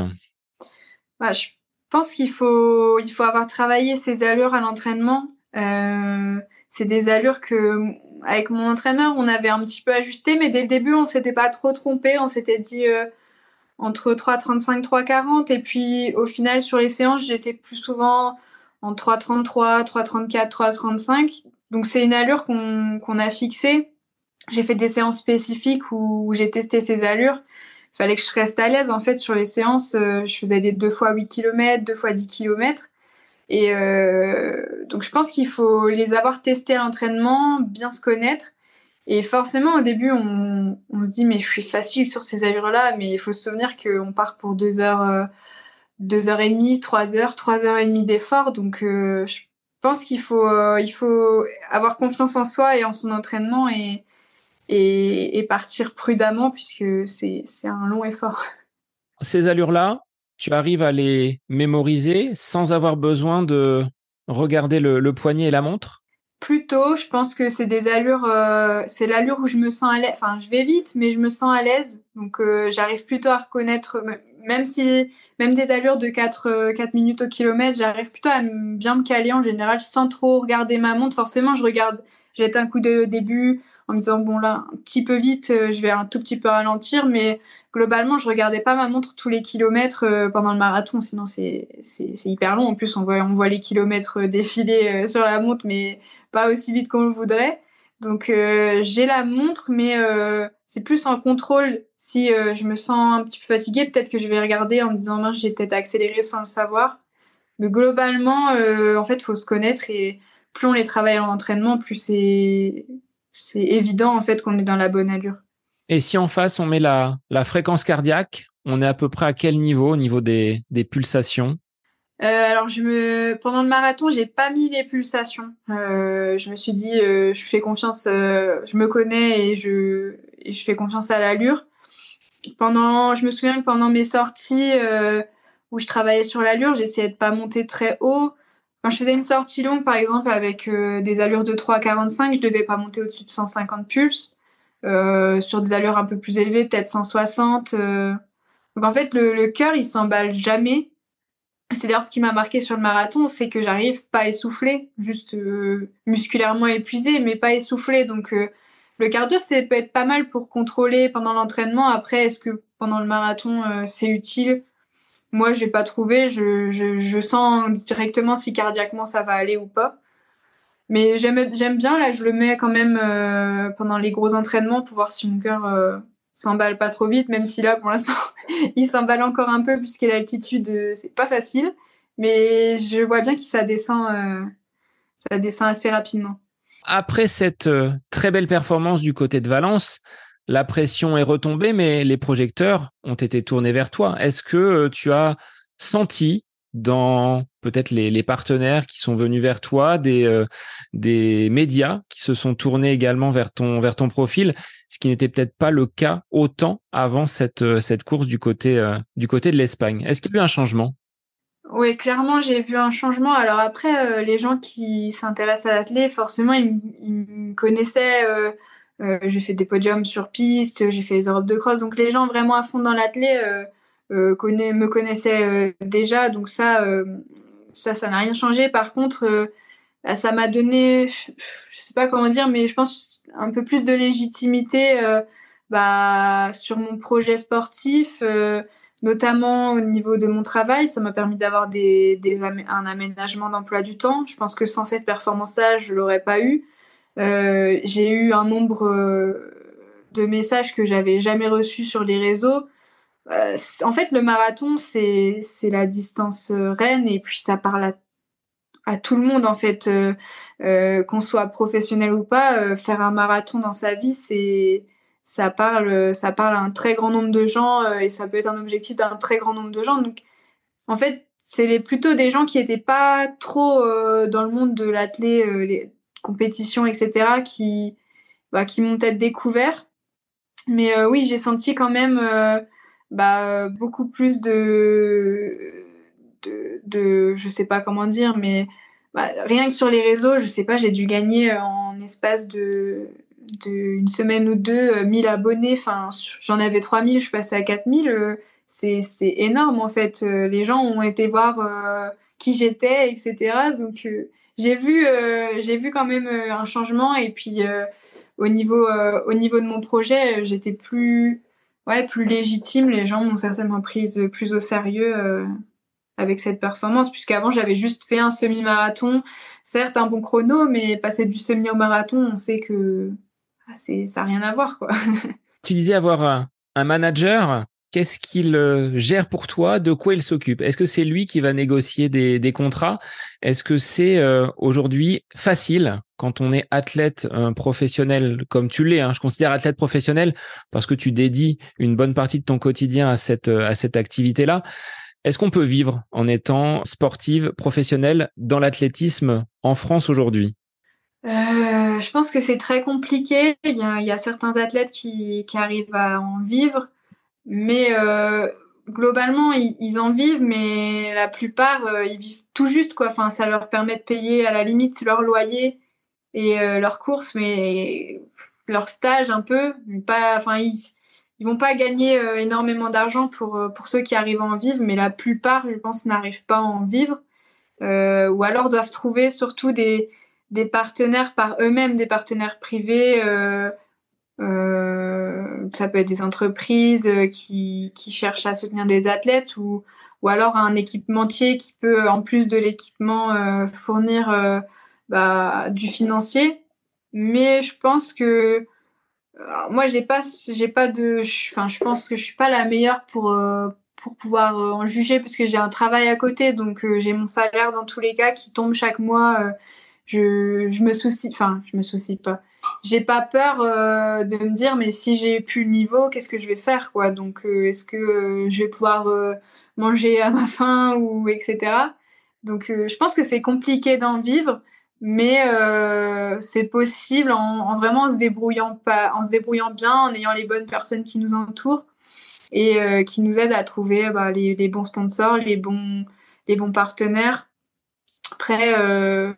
Bah, je pense qu'il faut, il faut avoir travaillé ses allures à l'entraînement. Euh, c'est des allures que, avec mon entraîneur, on avait un petit peu ajusté, mais dès le début, on s'était pas trop trompé. On s'était dit euh, entre trois trente-cinq, trois quarante. Et puis, au final, sur les séances, j'étais plus souvent en trois trente-trois, trois trente-quatre, trois trente-cinq. Donc, c'est une allure qu'on, qu'on a fixée. J'ai fait des séances spécifiques où, où j'ai testé ces allures. Il fallait que je reste à l'aise. En fait, sur les séances, euh, je faisais des deux fois huit kilomètres, deux fois dix kilomètres. Et euh, donc, je pense qu'il faut les avoir testés à l'entraînement, bien se connaître. Et forcément, au début, on, on se dit, mais je suis facile sur ces allures-là. Mais il faut se souvenir qu'on part pour deux heures, euh, deux heures et demie, trois heures, trois heures et demie d'effort. Donc, euh, je pense qu'il faut, euh, il faut avoir confiance en soi et en son entraînement et, et, et partir prudemment puisque c'est, c'est un long effort. Ces allures-là, tu arrives à les mémoriser sans avoir besoin de regarder le, le poignet et la montre? Plutôt, je pense que c'est des allures, euh, c'est l'allure où je me sens à l'aise. Enfin, je vais vite, mais je me sens à l'aise. Donc, euh, j'arrive plutôt à reconnaître, même si, même des allures de quatre, euh, quatre minutes au kilomètre, j'arrive plutôt à m- bien me caler en général sans trop regarder ma montre. Forcément, je regarde, jette un coup d'œil au début en me disant, bon là, un petit peu vite, euh, je vais un tout petit peu ralentir, mais globalement, je regardais pas ma montre tous les kilomètres euh, pendant le marathon, sinon c'est, c'est, c'est hyper long. En plus, on voit, on voit les kilomètres euh, défiler euh, sur la montre, mais pas aussi vite qu'on le voudrait. Donc euh, j'ai la montre, mais euh, c'est plus en contrôle. Si euh, je me sens un petit peu fatiguée, peut-être que je vais regarder en me disant mince, j'ai peut-être accéléré sans le savoir. Mais globalement, euh, en fait, faut se connaître et plus on les travaille en entraînement, plus c'est c'est évident en fait qu'on est dans la bonne allure. Et si en face, on met la, la fréquence cardiaque, on est à peu près à quel niveau au niveau des, des pulsations? Euh, alors je me pendant le marathon, j'ai pas mis les pulsations. Euh, je me suis dit euh, je fais confiance, euh, je me connais et je et je fais confiance à l'allure. Pendant, je me souviens que pendant mes sorties euh, où je travaillais sur l'allure, j'essayais de pas monter très haut. Quand je faisais une sortie longue, par exemple, avec euh, des allures de trois quarante-cinq, je devais pas monter au-dessus de cent cinquante pulses. Euh, sur des allures un peu plus élevées, peut-être cent soixante. Euh... Donc en fait, le, le cœur, il s'emballe jamais. C'est d'ailleurs ce qui m'a marqué sur le marathon, c'est que j'arrive pas essoufflée, juste euh, musculairement épuisée, mais pas essoufflée. Donc euh, le cardio, ça peut être pas mal pour contrôler pendant l'entraînement. Après, est-ce que pendant le marathon, euh, c'est utile? Moi, j'ai pas trouvé. Je, je, je sens directement si cardiaquement ça va aller ou pas. Mais j'aime, j'aime bien, là, je le mets quand même euh, pendant les gros entraînements pour voir si mon cœur euh, s'emballe pas trop vite, même si là, pour l'instant, il s'emballe encore un peu puisque l'altitude, euh, c'est pas facile. Mais je vois bien que ça descend, euh, ça descend assez rapidement. Après cette euh, très belle performance du côté de Valence, la pression est retombée, mais les projecteurs ont été tournés vers toi. Est-ce que euh, tu as senti dans peut-être les, les partenaires qui sont venus vers toi, des, euh, des médias qui se sont tournés également vers ton, vers ton profil, ce qui n'était peut-être pas le cas autant avant cette, cette course du côté, euh, du côté de l'Espagne. Est-ce qu'il y a eu un changement? Oui, clairement, j'ai vu un changement. Alors après, euh, les gens qui s'intéressent à l'athlé, forcément, ils, m- ils me connaissaient. Euh, euh, j'ai fait des podiums sur piste, j'ai fait les Europes de cross. Donc les gens vraiment à fond dans l'athlé euh, euh, conna- me connaissaient euh, déjà. Donc ça, euh, ça, ça n'a rien changé. Par contre, euh, bah, ça m'a donné, je, je sais pas comment dire, mais je pense un peu plus de légitimité euh, bah, sur mon projet sportif. Euh, notamment au niveau de mon travail. Ça m'a permis d'avoir des, des amé- un aménagement d'emploi du temps. Je pense que sans cette performance-là, je l'aurais pas eu. Euh, j'ai eu un nombre euh, de messages que j'avais jamais reçus sur les réseaux. Euh, c- en fait, le marathon, c'est c'est la distance euh, reine et puis ça parle à, à tout le monde en fait, euh, euh, qu'on soit professionnel ou pas. Euh, faire un marathon dans sa vie, c'est ça parle ça parle à un très grand nombre de gens euh, et ça peut être un objectif d'un très grand nombre de gens. Donc en fait, c'est les, plutôt des gens qui étaient pas trop euh, dans le monde de l'athlé, euh, les compétitions, et cetera, qui, bah, qui m'ont peut-être découvert. Mais euh, oui, j'ai senti quand même euh, bah, beaucoup plus de, de, de, je sais pas comment dire, mais bah, rien que sur les réseaux, je sais pas, j'ai dû gagner euh, en espace de, de une semaine ou deux euh, mille abonnés. Enfin, j'en avais trois mille, je suis passée à quatre mille. Euh, c'est, c'est énorme en fait. Euh, les gens ont été voir euh, qui j'étais, et cetera. Donc euh, j'ai vu, euh, j'ai vu quand même euh, un changement et puis. Euh, au niveau, euh, au niveau de mon projet, j'étais plus, ouais, plus légitime. Les gens m'ont certainement prise plus au sérieux euh, avec cette performance, puisqu'avant j'avais juste fait un semi-marathon, certes un bon chrono, mais passer du semi au marathon, on sait que ah, c'est, ça n'a rien à voir, quoi. Tu disais avoir un, un manager. Qu'est-ce qu'il euh, gère pour toi? De quoi il s'occupe? Est-ce que c'est lui qui va négocier des, des contrats? Est-ce que c'est euh, aujourd'hui facile quand on est athlète euh, professionnel comme tu l'es, hein, je considère athlète professionnel parce que tu dédies une bonne partie de ton quotidien à cette, euh, à cette activité-là. Est-ce qu'on peut vivre en étant sportive professionnelle dans l'athlétisme en France aujourd'hui? Euh, je pense que c'est très compliqué. Il y a, il y a certains athlètes qui, qui arrivent à en vivre. Mais euh, globalement, ils, ils en vivent, mais la plupart, euh, ils vivent tout juste, quoi. Enfin, ça leur permet de payer à la limite leur loyer et euh, leurs courses, mais leur stage un peu. Mais pas, enfin, ils, ils vont pas gagner euh, énormément d'argent pour, euh, pour ceux qui arrivent à en vivre, mais la plupart, je pense, n'arrivent pas à en vivre. Euh, ou alors doivent trouver surtout des, des partenaires par eux-mêmes, des partenaires privés. Euh, euh, ça peut être des entreprises euh, qui, qui cherchent à soutenir des athlètes ou, ou alors un équipementier qui peut, en plus de l'équipement, euh, fournir euh, bah, du financier. Mais je pense que alors, moi, j'ai pas, j'ai pas de, enfin, je pense que je suis pas la meilleure pour euh, pour pouvoir euh, en juger parce que j'ai un travail à côté, donc euh, j'ai mon salaire dans tous les cas qui tombe chaque mois. Euh, je, je me soucie, enfin, je me soucie pas. J'ai pas peur euh, de me dire, mais si j'ai plus le niveau, qu'est-ce que je vais faire, quoi. Donc, euh, est-ce que euh, je vais pouvoir euh, manger à ma faim ou et cetera. Donc, euh, je pense que c'est compliqué d'en vivre mais euh, c'est possible en, en vraiment se débrouillant pas, en se débrouillant bien, en ayant les bonnes personnes qui nous entourent et euh, qui nous aident à trouver bah, les, les bons sponsors, les bons, les bons partenaires. Après, euh,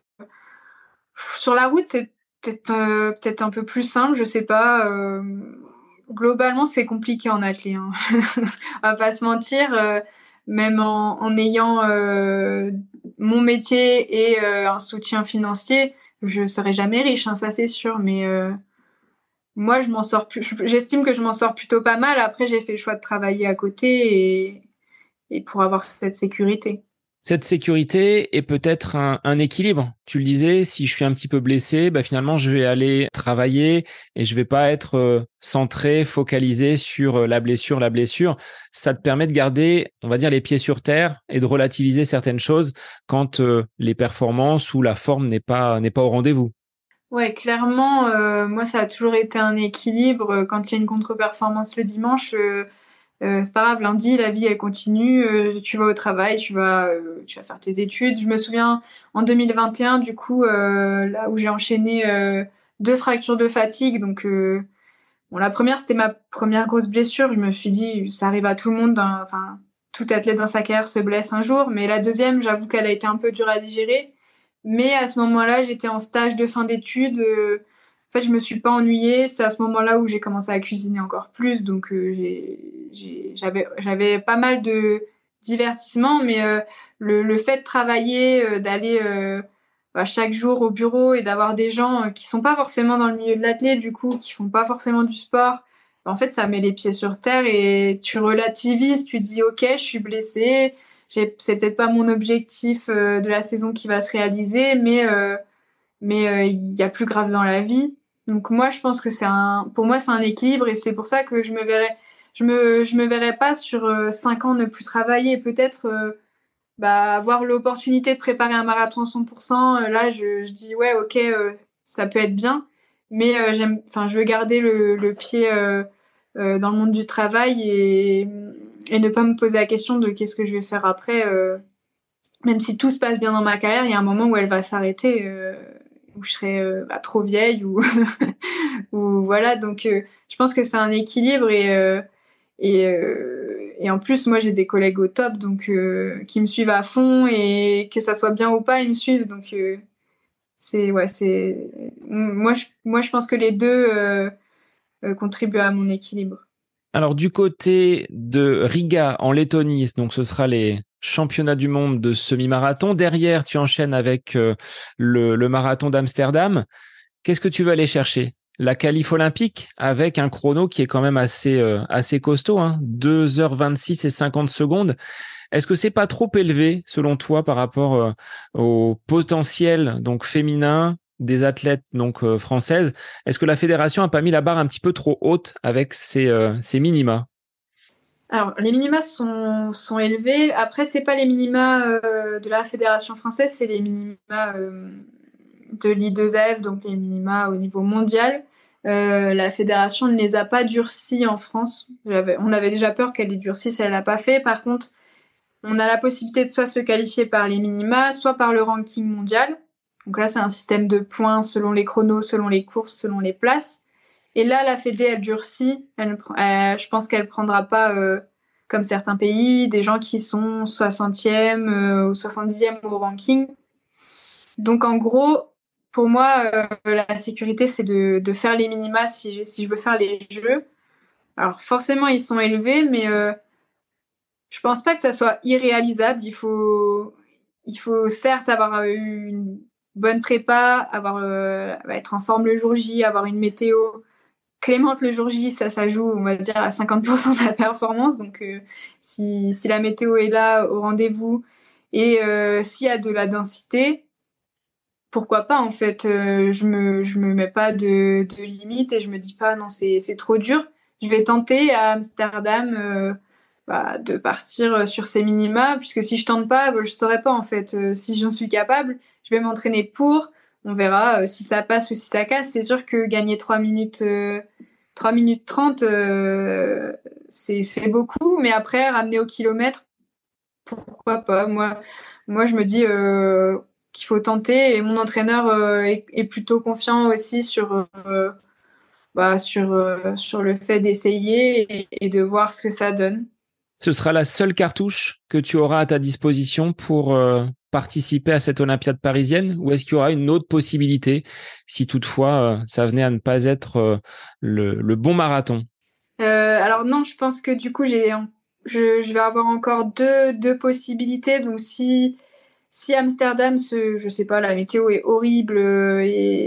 sur la route, c'est peut-être euh, peut-être un peu plus simple, je sais pas. Euh, globalement, c'est compliqué en athlée. Hein. On va pas se mentir. Euh, même en, en ayant euh, mon métier et euh, un soutien financier, je serai jamais riche, hein, ça c'est sûr. Mais euh, moi, je m'en sors plus. J'estime que je m'en sors plutôt pas mal. Après, j'ai fait le choix de travailler à côté et, et pour avoir cette sécurité. Cette sécurité est peut-être un, un équilibre. Tu le disais, si je suis un petit peu blessé, bah finalement, je vais aller travailler et je vais pas être euh, centré, focalisé sur euh, la blessure, la blessure. Ça te permet de garder, on va dire, les pieds sur terre et de relativiser certaines choses quand euh, les performances ou la forme n'est pas, n'est pas au rendez-vous. Ouais, clairement, euh, moi, ça a toujours été un équilibre. Quand il y a une contre-performance le dimanche, euh, Euh, c'est pas grave, lundi, la vie, elle continue. Euh, tu vas au travail, tu vas, euh, tu vas faire tes études. Je me souviens, en deux mille vingt et un, du coup, euh, là où j'ai enchaîné euh, deux fractures de fatigue. Donc, euh, bon, la première, c'était ma première grosse blessure. Je me suis dit, ça arrive à tout le monde. Dans- Enfin, tout athlète dans sa carrière se blesse un jour. Mais la deuxième, j'avoue qu'elle a été un peu dure à digérer. Mais à ce moment-là, j'étais en stage de fin d'études. Euh, en fait, je me suis pas ennuyée. C'est à ce moment-là où j'ai commencé à cuisiner encore plus. Donc, euh, j'ai, j'ai- j'avais, j'avais pas mal de divertissements. Mais euh, le, le fait de travailler, euh, d'aller euh, bah, chaque jour au bureau et d'avoir des gens euh, qui sont pas forcément dans le milieu de l'athlète, du coup, qui font pas forcément du sport, en fait, ça met les pieds sur terre et tu relativises. Tu te dis, OK, je suis blessée. J'ai- C'est peut-être pas mon objectif euh, de la saison qui va se réaliser, mais euh, mais euh, il y a plus grave dans la vie. Donc moi, je pense que c'est un, pour moi, c'est un équilibre et c'est pour ça que je me verrais, je me, je me verrais pas sur euh, cinq ans ne plus travailler. Peut-être euh, bah, avoir l'opportunité de préparer un marathon à cent pour cent. Euh, là, je, je dis ouais, ok, euh, ça peut être bien, mais euh, j'aime, enfin, je veux garder le, le pied euh, euh, dans le monde du travail et et ne pas me poser la question de qu'est-ce que je vais faire après. Euh, même si tout se passe bien dans ma carrière, il y a un moment où elle va s'arrêter, euh, où je serai euh, bah, trop vieille ou, ou voilà. Donc, euh, je pense que c'est un équilibre et euh, et, euh, et en plus, moi, j'ai des collègues au top, donc euh, qui me suivent à fond et que ça soit bien ou pas, ils me suivent. Donc, euh, c'est ouais, c'est moi, je moi, je pense que les deux euh, euh, contribuent à mon équilibre. Alors du côté de Riga en Lettonie, donc ce sera les championnats du monde de semi-marathon. Derrière, tu enchaînes avec euh, le, le marathon d'Amsterdam. Qu'est-ce que tu veux aller chercher? La qualif olympique avec un chrono qui est quand même assez, euh, assez costaud, hein, deux heures vingt-six et cinquante secondes. Est-ce que c'est pas trop élevé selon toi par rapport euh, au potentiel donc féminin des athlètes donc euh, françaises? Est-ce que la fédération a pas mis la barre un petit peu trop haute avec ses, euh, ses minima? Alors, les minima sont, sont élevés. Après, c'est pas les minima euh, de la Fédération française, c'est les minima euh, de l'I deux F, donc les minima au niveau mondial. Euh, la fédération ne les a pas durcis en France. J'avais- on avait déjà peur qu'elle les durcisse, elle l'a pas fait. Par contre, on a la possibilité de soit se qualifier par les minima, soit par le ranking mondial. Donc là, c'est un système de points selon les chronos, selon les courses, selon les places. Et là, la Fédé, elle durcit. Elle, elle, je pense qu'elle prendra pas, euh, comme certains pays, des gens qui sont soixantième euh, ou soixante-dixième au ranking. Donc en gros, pour moi, euh, la sécurité, c'est de, de faire les minima si je, si je veux faire les jeux. Alors forcément, ils sont élevés, mais euh, je pense pas que ça soit irréalisable. Il faut, il faut certes avoir eu une bonne prépa, avoir, euh, être en forme le jour J, avoir une météo clémente le jour J, ça, ça joue, on va dire, à cinquante pour cent de la performance. Donc, euh, si, si la météo est là au rendez-vous et euh, s'il y a de la densité, pourquoi pas, en fait, euh, je me, je me mets pas de, de limite et je me dis pas, non, c'est, c'est trop dur. Je vais tenter à Amsterdam euh, bah, de partir sur ces minima, puisque si je tente pas, bah, je saurais pas, en fait. Euh, si j'en suis capable, je vais m'entraîner pour. On verra euh, si ça passe ou si ça casse. C'est sûr que gagner trois minutes, euh, trois minutes trente, euh, c'est, c'est beaucoup, mais après, ramener au kilomètre, pourquoi pas? Moi, moi je me dis euh, qu'il faut tenter et mon entraîneur euh, est, est plutôt confiant aussi sur, euh, bah, sur, euh, sur le fait d'essayer et, et de voir ce que ça donne. Ce sera la seule cartouche que tu auras à ta disposition pour euh, participer à cette Olympiade parisienne, ou est-ce qu'il y aura une autre possibilité si toutefois euh, ça venait à ne pas être euh, le, le bon marathon? Euh, alors non, je pense que du coup, j'ai, je, je vais avoir encore deux, deux possibilités. Donc si, si Amsterdam, se, je sais pas, la météo est horrible euh,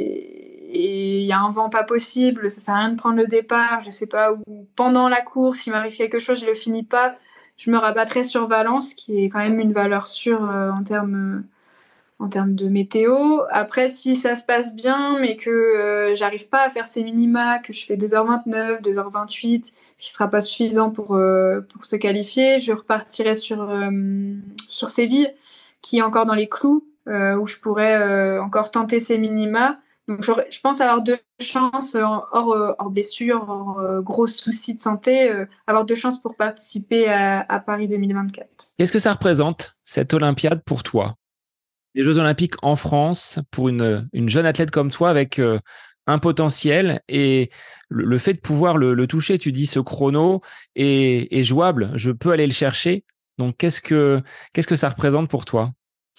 et il y a un vent pas possible, ça sert à rien de prendre le départ, je sais pas, ou pendant la course, il m'arrive quelque chose, je le finis pas, je me rabattrai sur Valence, qui est quand même une valeur sûre euh, en termes en termes de météo. Après, si ça se passe bien, mais que euh, j'arrive pas à faire ces minima, que je fais deux heures vingt-neuf, deux heures vingt-huit, ce qui sera pas suffisant pour, euh, pour se qualifier, je repartirai sur, euh, sur Séville, qui est encore dans les clous, euh, où je pourrais euh, encore tenter ces minima. Donc, je pense avoir deux chances, hors, euh, hors blessure, hors euh, gros soucis de santé, euh, avoir deux chances pour participer à, à Paris deux mille vingt-quatre. Qu'est-ce que ça représente, cette Olympiade, pour toi? Les Jeux Olympiques en France, pour une, une jeune athlète comme toi, avec euh, un potentiel et le, le fait de pouvoir le, le toucher, tu dis ce chrono est, est jouable, je peux aller le chercher. Donc, qu'est-ce que, qu'est-ce que ça représente pour toi?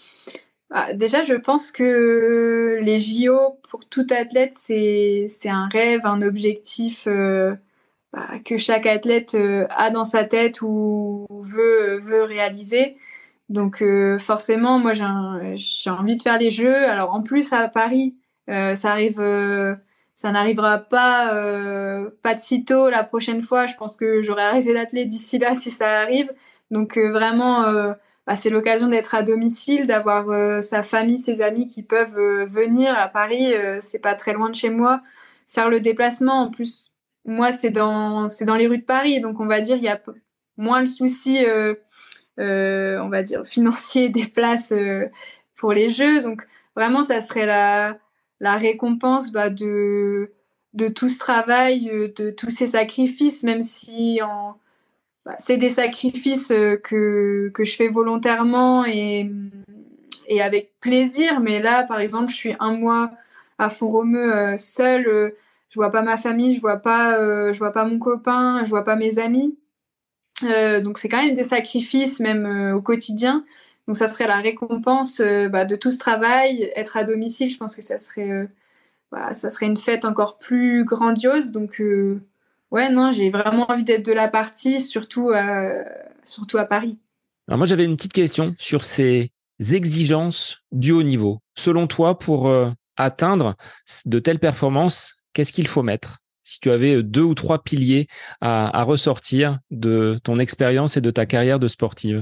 Ah, déjà, je pense que les J O, pour tout athlète, c'est, c'est un rêve, un objectif euh, bah, que chaque athlète euh, a dans sa tête ou veut, veut réaliser. Donc euh, forcément, moi, j'ai, un- j'ai envie de faire les Jeux. Alors en plus, à Paris, euh, ça arrive, euh, ça n'arrivera pas, euh, pas de sitôt la prochaine fois. Je pense que j'aurai arrêté d'athlète d'ici là si ça arrive. Donc euh, vraiment, euh, bah, c'est l'occasion d'être à domicile, d'avoir euh, sa famille, ses amis qui peuvent euh, venir à Paris. Euh, c'est pas très loin de chez moi. Faire le déplacement, en plus, moi, c'est dans, c'est dans les rues de Paris. Donc on va dire, il y a p- moins le souci. Euh, euh, on va dire, financier des places euh, pour les Jeux. Donc vraiment, ça serait la, la récompense bah, de, de tout ce travail, euh, de tous ces sacrifices, même si en, bah, c'est des sacrifices euh, que, que je fais volontairement et, et avec plaisir. Mais là, par exemple, je suis un mois à Font-Romeu euh, seule. Euh, je vois pas ma famille, je vois pas, euh, je vois pas mon copain, je vois pas mes amis. Euh, donc c'est quand même des sacrifices même euh, au quotidien. Donc ça serait la récompense euh, bah, de tout ce travail. Être à domicile, je pense que ça serait, euh, bah, ça serait une fête encore plus grandiose. Donc euh, ouais, non, j'ai vraiment envie d'être de la partie, surtout, euh, surtout à Paris. Alors moi, j'avais une petite question sur ces exigences du haut niveau. Selon toi, pour euh, atteindre de telles performances, qu'est-ce qu'il faut mettre? Si tu avais euh, deux ou trois piliers à, à ressortir de ton expérience et de ta carrière de sportive.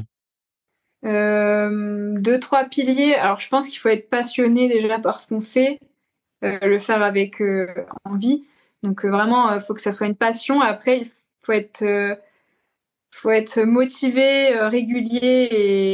Euh, deux, trois piliers. Alors je pense qu'il faut être passionné déjà par ce qu'on fait, euh, le faire avec euh, envie. Donc euh, vraiment, il faut que ça soit une passion. Après, il faut être euh, faut être motivé, euh, régulier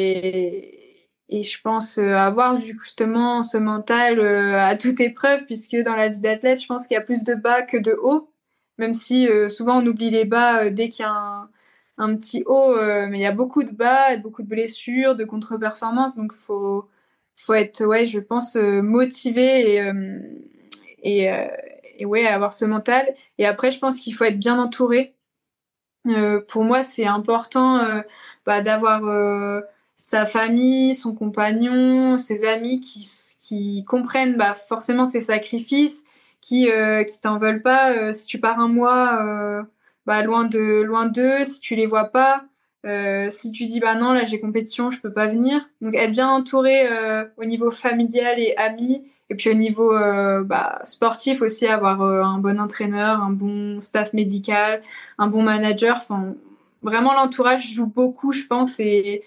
et, et je pense euh, avoir justement ce mental euh, à toute épreuve, puisque dans la vie d'athlète, je pense qu'il y a plus de bas que de hauts, même si euh, souvent on oublie les bas euh, dès qu'il y a un, un petit haut, euh, mais il y a beaucoup de bas, beaucoup de blessures, de contre-performances, donc faut faut être, ouais, je pense, euh, motivé et euh, et, euh, et ouais, avoir ce mental. Et après, je pense qu'il faut être bien entouré. Euh, pour moi, c'est important euh, bah, d'avoir euh, sa famille, son compagnon, ses amis qui, qui comprennent bah, forcément ses sacrifices, qui euh, qui t'en veulent pas. Euh, si tu pars un mois euh, bah, loin de loin d'eux, si tu les vois pas, euh, si tu dis bah non là j'ai compétition, je peux pas venir. Donc être bien entouré euh, au niveau familial et amis. Et puis au niveau euh, bah, sportif aussi, avoir euh, un bon entraîneur, un bon staff médical, un bon manager. Enfin, vraiment l'entourage joue beaucoup, je pense. Et,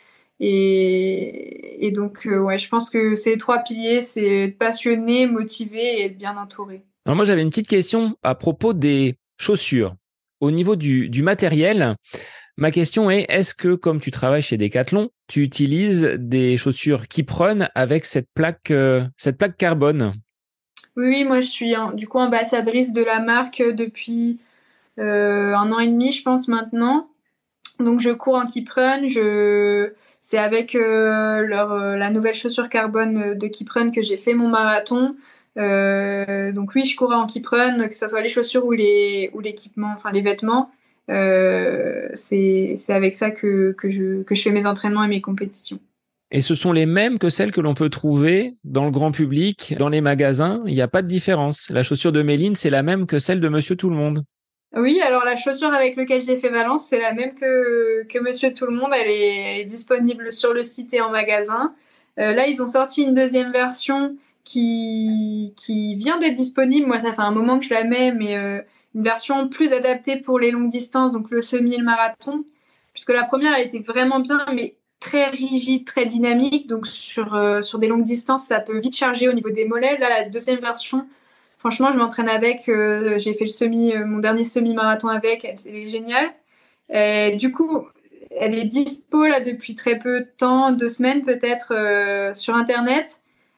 et, et donc, euh, ouais, je pense que ces trois piliers, c'est être passionné, motivé et être bien entouré. Alors moi, j'avais une petite question à propos des chaussures. Au niveau du, du matériel, ma question est, est-ce que comme tu travailles chez Decathlon, tu utilises des chaussures Kiprun avec cette plaque, euh, cette plaque carbone? Oui, oui, moi je suis hein, du coup ambassadrice de la marque depuis euh, un an et demi, je pense maintenant. Donc je cours en Kiprun, je c'est avec euh, leur euh, la nouvelle chaussure carbone de Kiprun que j'ai fait mon marathon. Euh, donc oui, je courais en Kiprun, que ce soit les chaussures ou les ou l'équipement, enfin les vêtements. Euh, c'est c'est avec ça que que je que je fais mes entraînements et mes compétitions. Et ce sont les mêmes que celles que l'on peut trouver dans le grand public, dans les magasins. Il n'y a pas de différence. La chaussure de Méline, c'est la même que celle de Monsieur Tout-le-Monde. Oui, alors la chaussure avec laquelle j'ai fait Valence, c'est la même que, que Monsieur Tout-le-Monde. Elle est, elle est disponible sur le site et en magasin. Euh, là, ils ont sorti une deuxième version qui, qui vient d'être disponible. Moi, ça fait un moment que je la mets, mais euh, une version plus adaptée pour les longues distances, donc le semi et le marathon. Puisque la première, elle était vraiment bien, mais très rigide, très dynamique. Donc sur, euh, sur des longues distances, ça peut vite charger au niveau des mollets. Là, la deuxième version, franchement, je m'entraîne avec. Euh, j'ai fait le semi, euh, mon dernier semi-marathon avec. Elle, elle est géniale. Et du coup, elle est dispo là depuis très peu de temps, deux semaines peut-être, euh, sur Internet.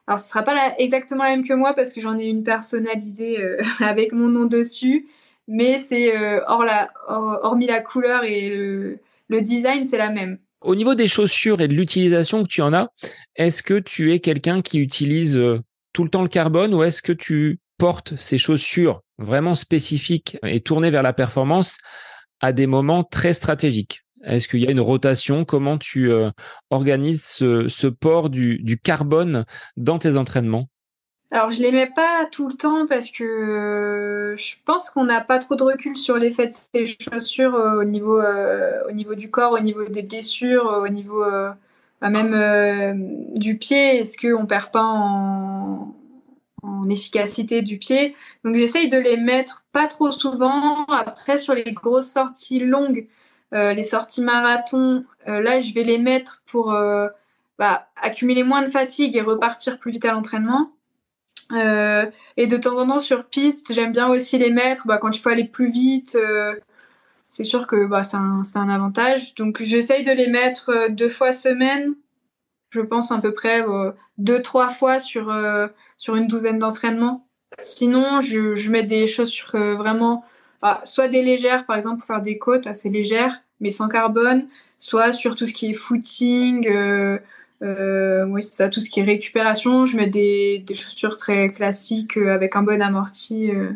Alors, ce sera pas la, exactement la même que moi parce que j'en ai une personnalisée euh, avec mon nom dessus, mais c'est euh, hors la, hors, hormis la couleur et le, le design, c'est la même. Au niveau des chaussures et de l'utilisation que tu en as, est-ce que tu es quelqu'un qui utilise euh, tout le temps le carbone ou est-ce que tu portes ces chaussures vraiment spécifiques et tournées vers la performance à des moments très stratégiques? Est-ce qu'il y a une rotation? Comment tu euh, organises ce, ce port du, du carbone dans tes entraînements? Alors, je les mets pas tout le temps parce que euh, je pense qu'on n'a pas trop de recul sur l'effet de ces chaussures euh, au niveau, euh, au niveau du corps, au niveau des blessures, euh, au niveau euh, bah, même euh, du pied. Est-ce qu'on perd pas en, en efficacité du pied? Donc, j'essaye de les mettre pas trop souvent. Après, sur les grosses sorties longues, euh, les sorties marathon, euh, là, je vais les mettre pour euh, bah, accumuler moins de fatigue et repartir plus vite à l'entraînement. Euh, et de temps en temps sur piste, j'aime bien aussi les mettre bah, quand il faut aller plus vite. Euh, c'est sûr que bah, c'est un, c'est un avantage. Donc j'essaye de les mettre euh, deux fois semaine, je pense à peu près euh, deux, trois fois sur, euh, sur une douzaine d'entraînements. Sinon, je, je mets des chaussures euh, vraiment, bah, soit des légères, par exemple, pour faire des côtes assez légères, mais sans carbone, soit sur tout ce qui est footing, euh, euh, oui, c'est ça, tout ce qui est récupération. Je mets des, des chaussures très classiques euh, avec un bon amorti euh,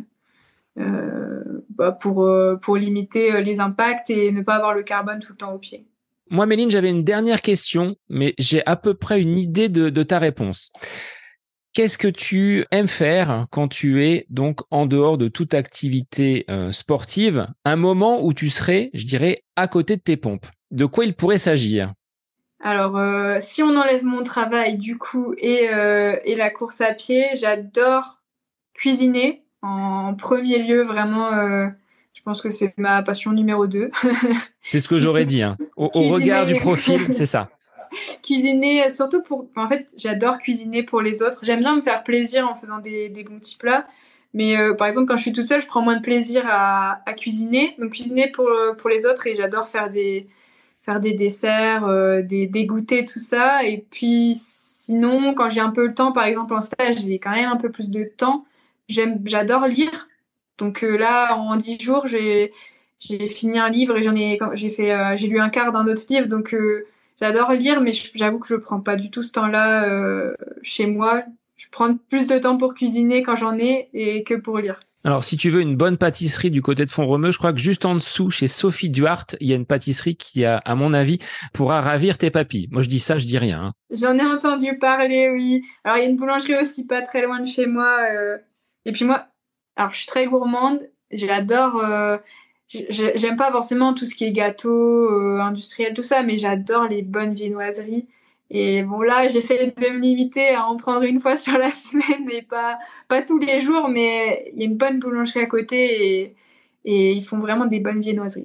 euh, bah, pour, euh, pour limiter euh, les impacts et ne pas avoir le carbone tout le temps au pied. Moi, Méline, j'avais une dernière question, mais j'ai à peu près une idée de, de ta réponse. Qu'est-ce que tu aimes faire quand tu es donc en dehors de toute activité euh, sportive, un moment où tu serais, je dirais, à côté de tes pompes? De quoi il pourrait s'agir? Alors, euh, si on enlève mon travail, du coup, et, euh, et la course à pied, j'adore cuisiner. En premier lieu, vraiment, euh, je pense que c'est ma passion numéro deux. C'est ce que j'aurais dit, hein. Au, au regard du profil, c'est ça. Cuisiner, surtout pour... En fait, j'adore cuisiner pour les autres. J'aime bien me faire plaisir en faisant des, des bons petits plats. Mais euh, par exemple, quand je suis toute seule, je prends moins de plaisir à, à cuisiner. Donc, cuisiner pour, pour les autres et j'adore faire des faire des desserts, euh, des, des goûters, tout ça. Et puis sinon, quand j'ai un peu le temps, par exemple en stage, j'ai quand même un peu plus de temps. J'aime, j'adore lire. Donc euh, là, en dix jours, j'ai j'ai fini un livre et j'en ai j'ai fait euh, j'ai lu un quart d'un autre livre. Donc euh, j'adore lire, mais j'avoue que je prends pas du tout ce temps-là euh, chez moi. Je prends plus de temps pour cuisiner quand j'en ai et que pour lire. Alors, si tu veux une bonne pâtisserie du côté de Font-Romeu, je crois que juste en dessous, chez Sophie Duarte, il y a une pâtisserie qui, a, à mon avis, pourra ravir tes papilles. Moi, je dis ça, je dis rien. Hein. J'en ai entendu parler, oui. Alors, il y a une boulangerie aussi pas très loin de chez moi. Euh... Et puis moi, alors je suis très gourmande. J'adore. Euh... J'aime pas forcément tout ce qui est gâteau, euh, industriel, tout ça, mais j'adore les bonnes viennoiseries. Et bon, là, j'essaie de me limiter à en prendre une fois sur la semaine et pas, pas tous les jours, mais il y a une bonne boulangerie à côté et, et ils font vraiment des bonnes viennoiseries.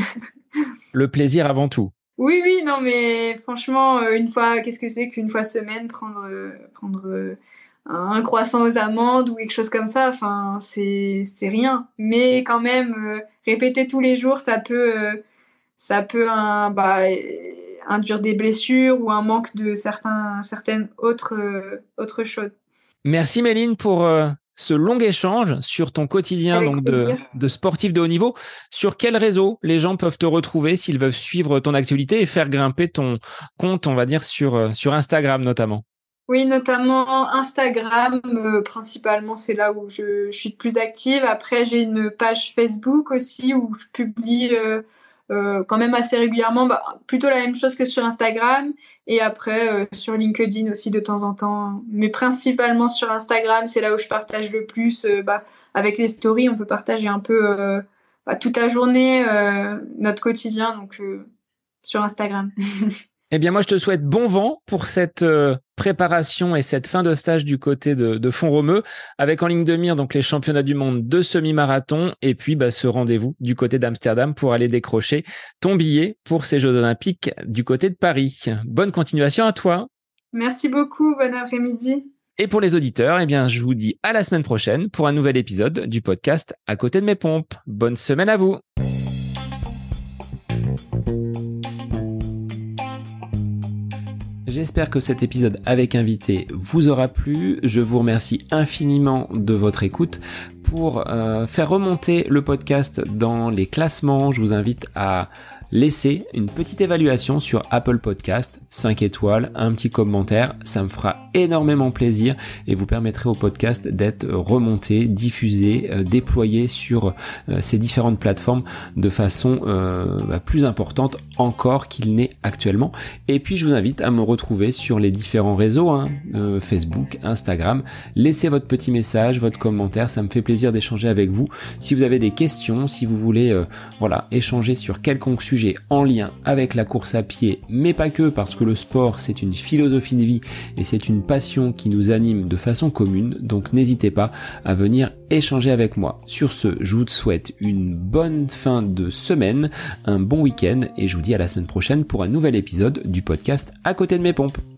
Le plaisir avant tout. Oui, oui, non, mais franchement, euh, une fois, qu'est-ce que c'est qu'une fois semaine, prendre, euh, prendre euh, un croissant aux amandes ou quelque chose comme ça, enfin, c'est, c'est rien. Mais quand même, euh, répéter tous les jours, ça peut, euh, ça peut un, bah, euh, induire des blessures ou un manque de certains, certaines autres, euh, autres choses. Merci Méline pour euh, ce long échange sur ton quotidien Avec donc de, de sportif de haut niveau. Sur quel réseau les gens peuvent te retrouver s'ils veulent suivre ton activité et faire grimper ton compte, on va dire, sur, euh, sur Instagram notamment? Oui, notamment Instagram, euh, principalement, c'est là où je, je suis le plus active. Après, j'ai une page Facebook aussi où je publie euh, euh, quand même assez régulièrement, bah, plutôt la même chose que sur Instagram. Et après, euh, sur LinkedIn aussi de temps en temps. Mais principalement sur Instagram, c'est là où je partage le plus. Euh, bah, avec les stories, on peut partager un peu euh, bah, toute la journée, euh, notre quotidien, donc euh, sur Instagram. Eh bien, moi, je te souhaite bon vent pour cette euh, préparation et cette fin de stage du côté de, de Font-Romeu, avec en ligne de mire donc les championnats du monde de semi-marathon et puis bah, ce rendez-vous du côté d'Amsterdam pour aller décrocher ton billet pour ces Jeux Olympiques du côté de Paris. Bonne continuation à toi. Merci beaucoup, bon après-midi. Et pour les auditeurs, eh bien, je vous dis à la semaine prochaine pour un nouvel épisode du podcast À côté de mes pompes. Bonne semaine à vous. J'espère que cet épisode avec invité vous aura plu. Je vous remercie infiniment de votre écoute. Pour euh, faire remonter le podcast dans les classements, je vous invite à laisser une petite évaluation sur Apple Podcast, cinq étoiles, un petit commentaire, ça me fera énormément plaisir et vous permettrez au podcast d'être remonté, diffusé, euh, déployé sur euh, ces différentes plateformes de façon euh, bah, plus importante encore qu'il n'est actuellement. Et puis je vous invite à me retrouver sur les différents réseaux, hein, euh, Facebook, Instagram. Laissez votre petit message, votre commentaire, ça me fait plaisir d'échanger avec vous. Si vous avez des questions, si vous voulez euh, voilà, échanger sur quelconque sujet en lien avec la course à pied, mais pas que, parce que le sport c'est une philosophie de vie et c'est une passion qui nous anime de façon commune, donc n'hésitez pas à venir échanger avec moi. Sur ce, je vous souhaite une bonne fin de semaine, un bon week-end et je vous dis à la semaine prochaine pour un nouvel épisode du podcast À côté de mes pompes.